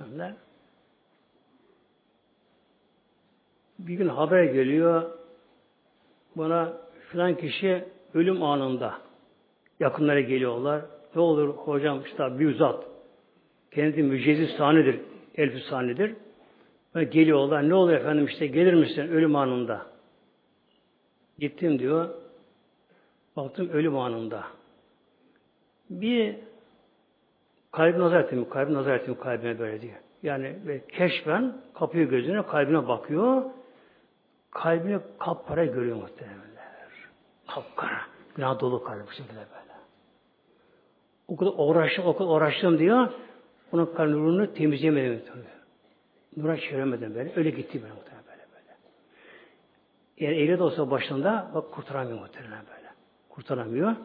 Bir gün haber geliyor bana filan kişi ölüm anında yakınlara geliyorlar. Ne olur hocam işte bir zat kendi mücezzi sahnedir, elfi sahnedir. Ve geliyorlar. Ne oluyor efendim işte gelir misin ölüm anında? Gittim diyor. Baktım ölüm anında. Bir kalbine nazar ettim. Kalbine nazar ettim kalbine böyle diyor. Yani keşfen kapıyor gözüne kalbine bakıyor. Kalbine kapkara görüyor muhtemelenler. Kapkara. Günah dolu kalbi bu şekilde böyle. O kadar uğraştım, o kadar uğraştım diyor. Onun kalbinin nurunu temizleyemedim. Nur'a çeviremedim böyle. Öyle gitti böyle muhtemelen böyle böyle. Eğer eyle de olsa başında bak kurtaramıyor muhtemelen böyle. Kurtaramıyor.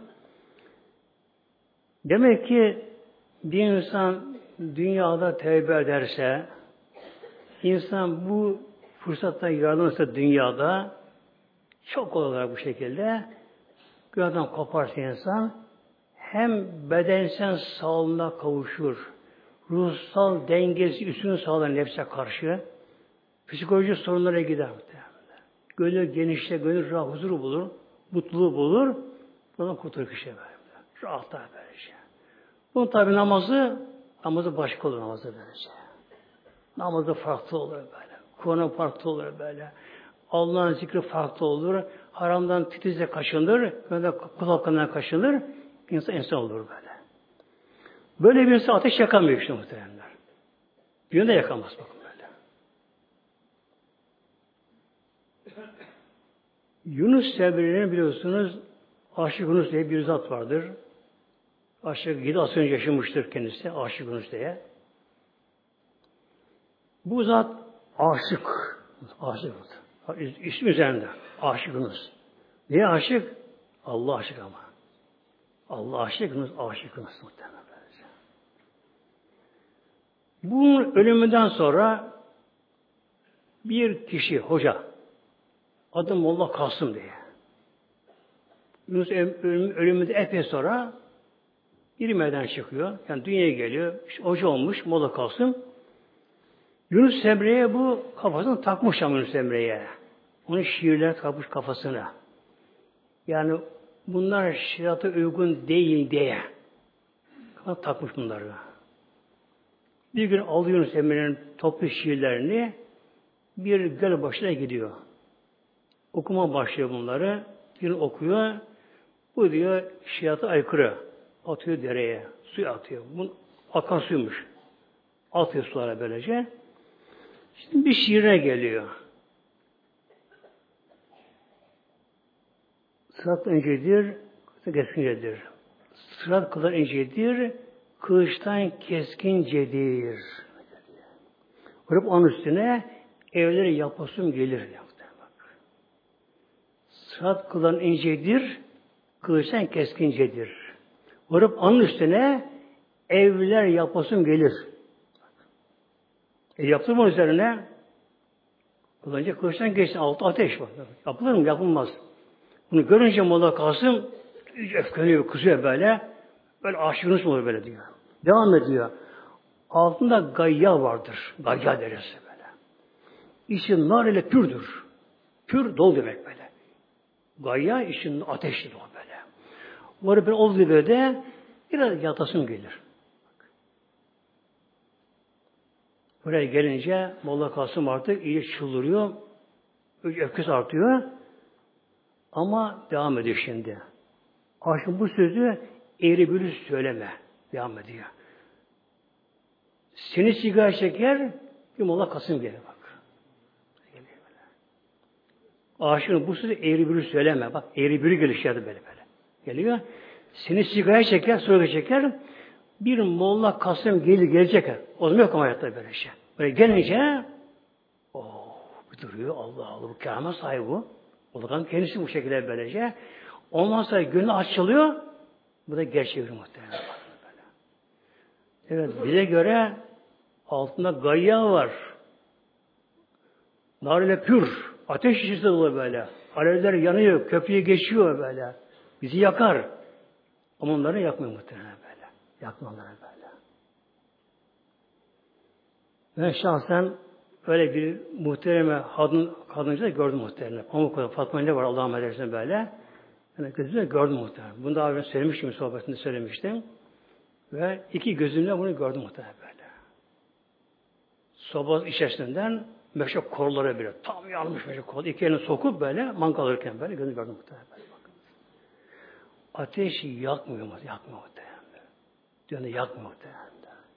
Demek ki bir insan dünyada tevbe ederse, insan bu fırsattan yararlanırsa dünyada çok olarak bu şekilde günahdan koparsa insan hem bedensel sağlığına kavuşur, ruhsal dengesi üstünü sağlar nefse karşı, psikolojik sorunlara gider. Gönül genişle, gönül rahat, huzuru bulur, mutluluğu bulur, bundan kurtulur kişi böyle. Rahatlar böylece. Bunun tabi namazı, namazı başka olur namazı böylece. Namazı farklı olur böyle. Kur'an'a farklı olur böyle. Allah'ın zikri farklı olur. Haramdan titizle kaçınır. Böyle kul hakkından kaçınır. İnsan insan olur böyle. Böyle bir insan ateş yakamıyor işte muhteremler. Dünyada yakamaz bakın böyle. Yunus Emre'nin biliyorsunuz Aşık Yunus diye bir zat vardır. Aşık yedi asır önce yaşamıştır kendisi. Aşık Yunus diye. Bu zat aşık. Aşık. İsmi üzerinde. Aşık Yunus. Niye aşık? Allah aşık ama. Allah aşık Yunus, aşık Yunus muhtemelen. Bunun ölümünden sonra bir kişi, hoca, adı Molla Kasım diye. Yunus ölümünde epey sonra bir meydan çıkıyor. Yani dünyaya geliyor. İşte hoca olmuş Molla Kasım. Yunus Emre'ye bu kafasını takmış ama Yunus Emre'ye. Onun şiirler takmış kafasına. Yani bunlar şeriata uygun değil diye. Takmış bunları. Bir gün alıyor Yunus Emre'nin toplu şiirlerini bir göl başına gidiyor. Okuma başlıyor bunları. Bir okuyor. Bu diyor şeriata aykırı. Atıyor dereye. Suya atıyor. Bu akan suymuş. Atıyor sulara böylece. Şimdi bir şiire geliyor. Sırat incedir, keskincedir. Sırat kadar incedir, kılıçtan keskincedir. Vurup onun üstüne evleri yapasım gelir. Sırat kadar incedir, kılıçtan keskincedir. Vurup onun üstüne evler yapasım gelir. E yaptım onun üzerine. Kullanınca kılıçtan geçti. Altı ateş var. Yapılır mı? Yapılmaz. Bunu görünce Molla Kasım öfkeleniyor, kızıyor böyle. Böyle aşığınız olur böyle diyor. Devam ediyor. Altında gayya vardır. Gayya deresi böyle. İçi nar ile pürdür. Pür dolu demek böyle. Gayya için ateşli dolu böyle. Var böyle olduğu böyle biraz yatasım gelir. Buraya gelince Molla Kasım artık iyice çıldırıyor. Öfkesi artıyor. Ama devam ediyor şimdi. Aşkım bu sözü eğri bürü söyleme. Devam ediyor. Seni sigara çeker, bir Molla Kasım gelir bak. Aşkım bu sözü eğri bürü söyleme. Bak eğri bürü gelişiyordu böyle böyle. Geliyor. Seni sigara çeker, sonra çeker. Bir Molla Kasım gelir gelecek. O zaman yok ama hayatta böyle şey. Böyle gelince oh, bir duruyor. Allah Allah bu keramet sahibi bu. O zaman kendisi bu şekilde böylece. Ondan sonra gönlü açılıyor. Bu da gerçeği muhtemelen. Evet, bize göre altında gayya var. Nar ile pür. Ateş içinde dolu böyle. Alevler yanıyor. Köprüyü geçiyor böyle. Bizi yakar. Ama onları yakmıyor muhtemelen böyle. Yakmıyor onları böyle. Ben şahsen öyle bir muhtereme kadın, kadıncı da gördüm muhtemelen. Pamukkale'de Fatma ne var Allah'ın edersin böyle. Yani gözümle gördüm muhtemelen. Bunu daha önce söylemiştim, sohbetinde söylemiştim. Ve iki gözümle bunu gördüm muhtemelen böyle. Soba içerisinden meşe kolları bile tam yanmış meşe kol. İki elini sokup böyle mangal alırken böyle gözümle gördüm muhtemelen böyle. Bakın. Ateşi yakmıyor mu? Yakmıyor muhtemelen. Dünyada yakmıyor muhtemelen.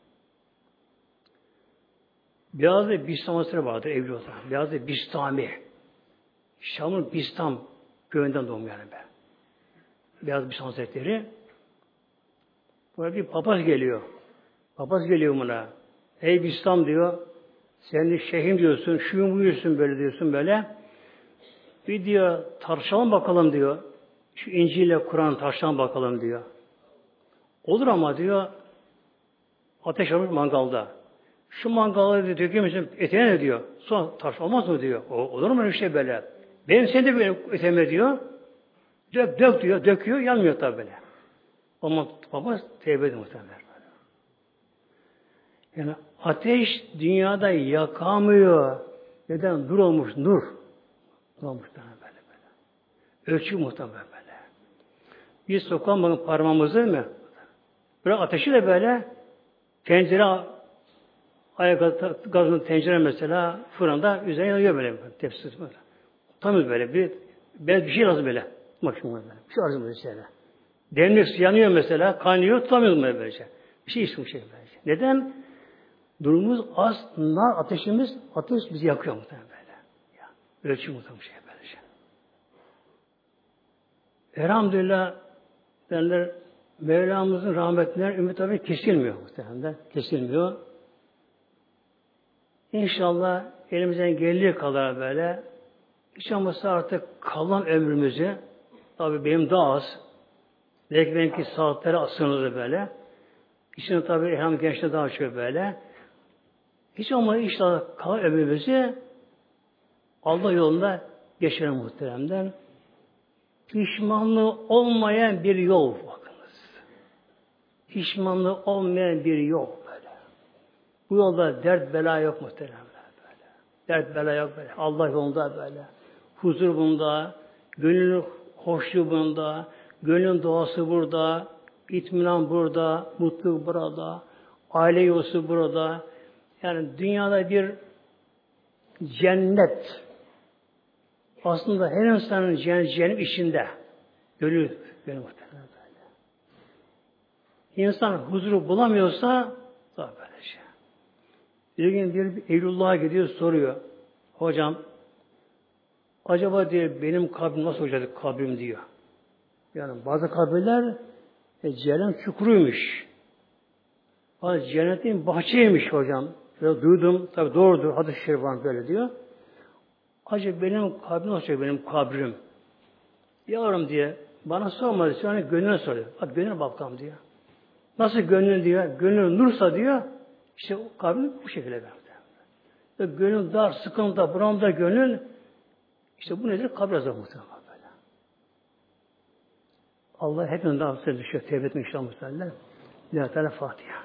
Beyazlı Bistam Hazretleri vardır evli olan. Beyazlı Bistami. Şam'ın Bistam köyünden doğum yani be. Beyazlı Bistam Hazretleri. Burada bir papaz geliyor. Papaz geliyor buna. Ey Bistam diyor. Sen de şeyhim diyorsun. Şuyum buyursun böyle diyorsun böyle. Bir diyor tartışalım bakalım diyor. Şu İncil ile Kur'an tartışalım bakalım diyor. Olur ama diyor ateş olmuş mangalda. Şu mangalı diyor, döküyor musun? Eteğine ne diyor? Sonra taş olmaz mı diyor. O, olur mu öyle şey böyle? Benim seni de böyle eteğime diyor. Dök, dök diyor. Döküyor. Yanmıyor tabi böyle. Ama baba tevbe ediyor muhtemelen. Yani ateş dünyada yakamıyor. Neden? Nur olmuş. Nur. Nur olmuş böyle böyle. Ölçü muhtemelen böyle. Biz sokalım bakın parmağımızı mı? Bırak ateşi de böyle tencere ayak gazın tencere mesela fırında üzerine yanıyor böyle tepsi böyle. tutamıyoruz böyle. Bir, ben bir şey lazım böyle. Bak şimdi böyle. Bir şey lazım böyle şeyler. Demlik su yanıyor mesela, kaynıyor, tutamıyoruz böyle böylece. Bir şey istiyor bir şey böylece. Neden? Durumumuz az, nar ateşimiz, ateş bizi yakıyor muhtemelen böyle. Ya, ölçü muhtemelen bir şey böylece. Elhamdülillah derler, Mevlamızın rahmetinden ümit tabi kesilmiyor muhtemelen. Kesilmiyor. İnşallah elimizden geldiği kadar böyle hiç olmazsa artık kalan ömrümüzü tabi benim daha az belki benimki saatlere asılır böyle. İçinde tabi hem gençler daha çok böyle. Hiç olmazsa inşallah kalan ömrümüzü Allah yolunda geçirelim muhteremden. Pişmanlığı olmayan bir yol bakınız. Pişmanlığı olmayan bir yol böyle. Bu yolda dert bela yok muhteremler böyle. Dert bela yok böyle. Allah yolunda böyle. Huzur bunda, gönlün hoşluğu bunda, gönlün doğası burada, itminan burada, mutluluk burada, aile yuvası burada. Yani dünyada bir cennet. Aslında her insanın cennet içinde. Gönül, gönül muhtemelen böyle. İnsan huzuru bulamıyorsa daha böyle şey. Bir gün bir Evlullah'a gidiyor soruyor. Hocam acaba diyor benim kabrim nasıl olacak kabrim diyor. Yani bazı kabirler e, cehennem çukuruymuş. Bazı cennetin bahçeymiş hocam. Böyle duydum. Tabi doğrudur. Hadis-i şerif var böyle diyor. Acaba benim kabrim nasıl olacak benim kabrim? Yavrum diye bana sormadı. Sonra gönlüne soruyor. Bak gönlüne bakalım diyor. Nasıl gönlün diyor. Gönlün nursa diyor. İşte o kabrin bu şekilde verdi. Gönül dar, sıkıntı, buramda gönül işte bu nedir? Kabir azabı muhtemelen böyle. Allah hepimiz daha düşüyor. Tevbe etmek inşallah muhtemelen. Lillahi Teala Fatiha.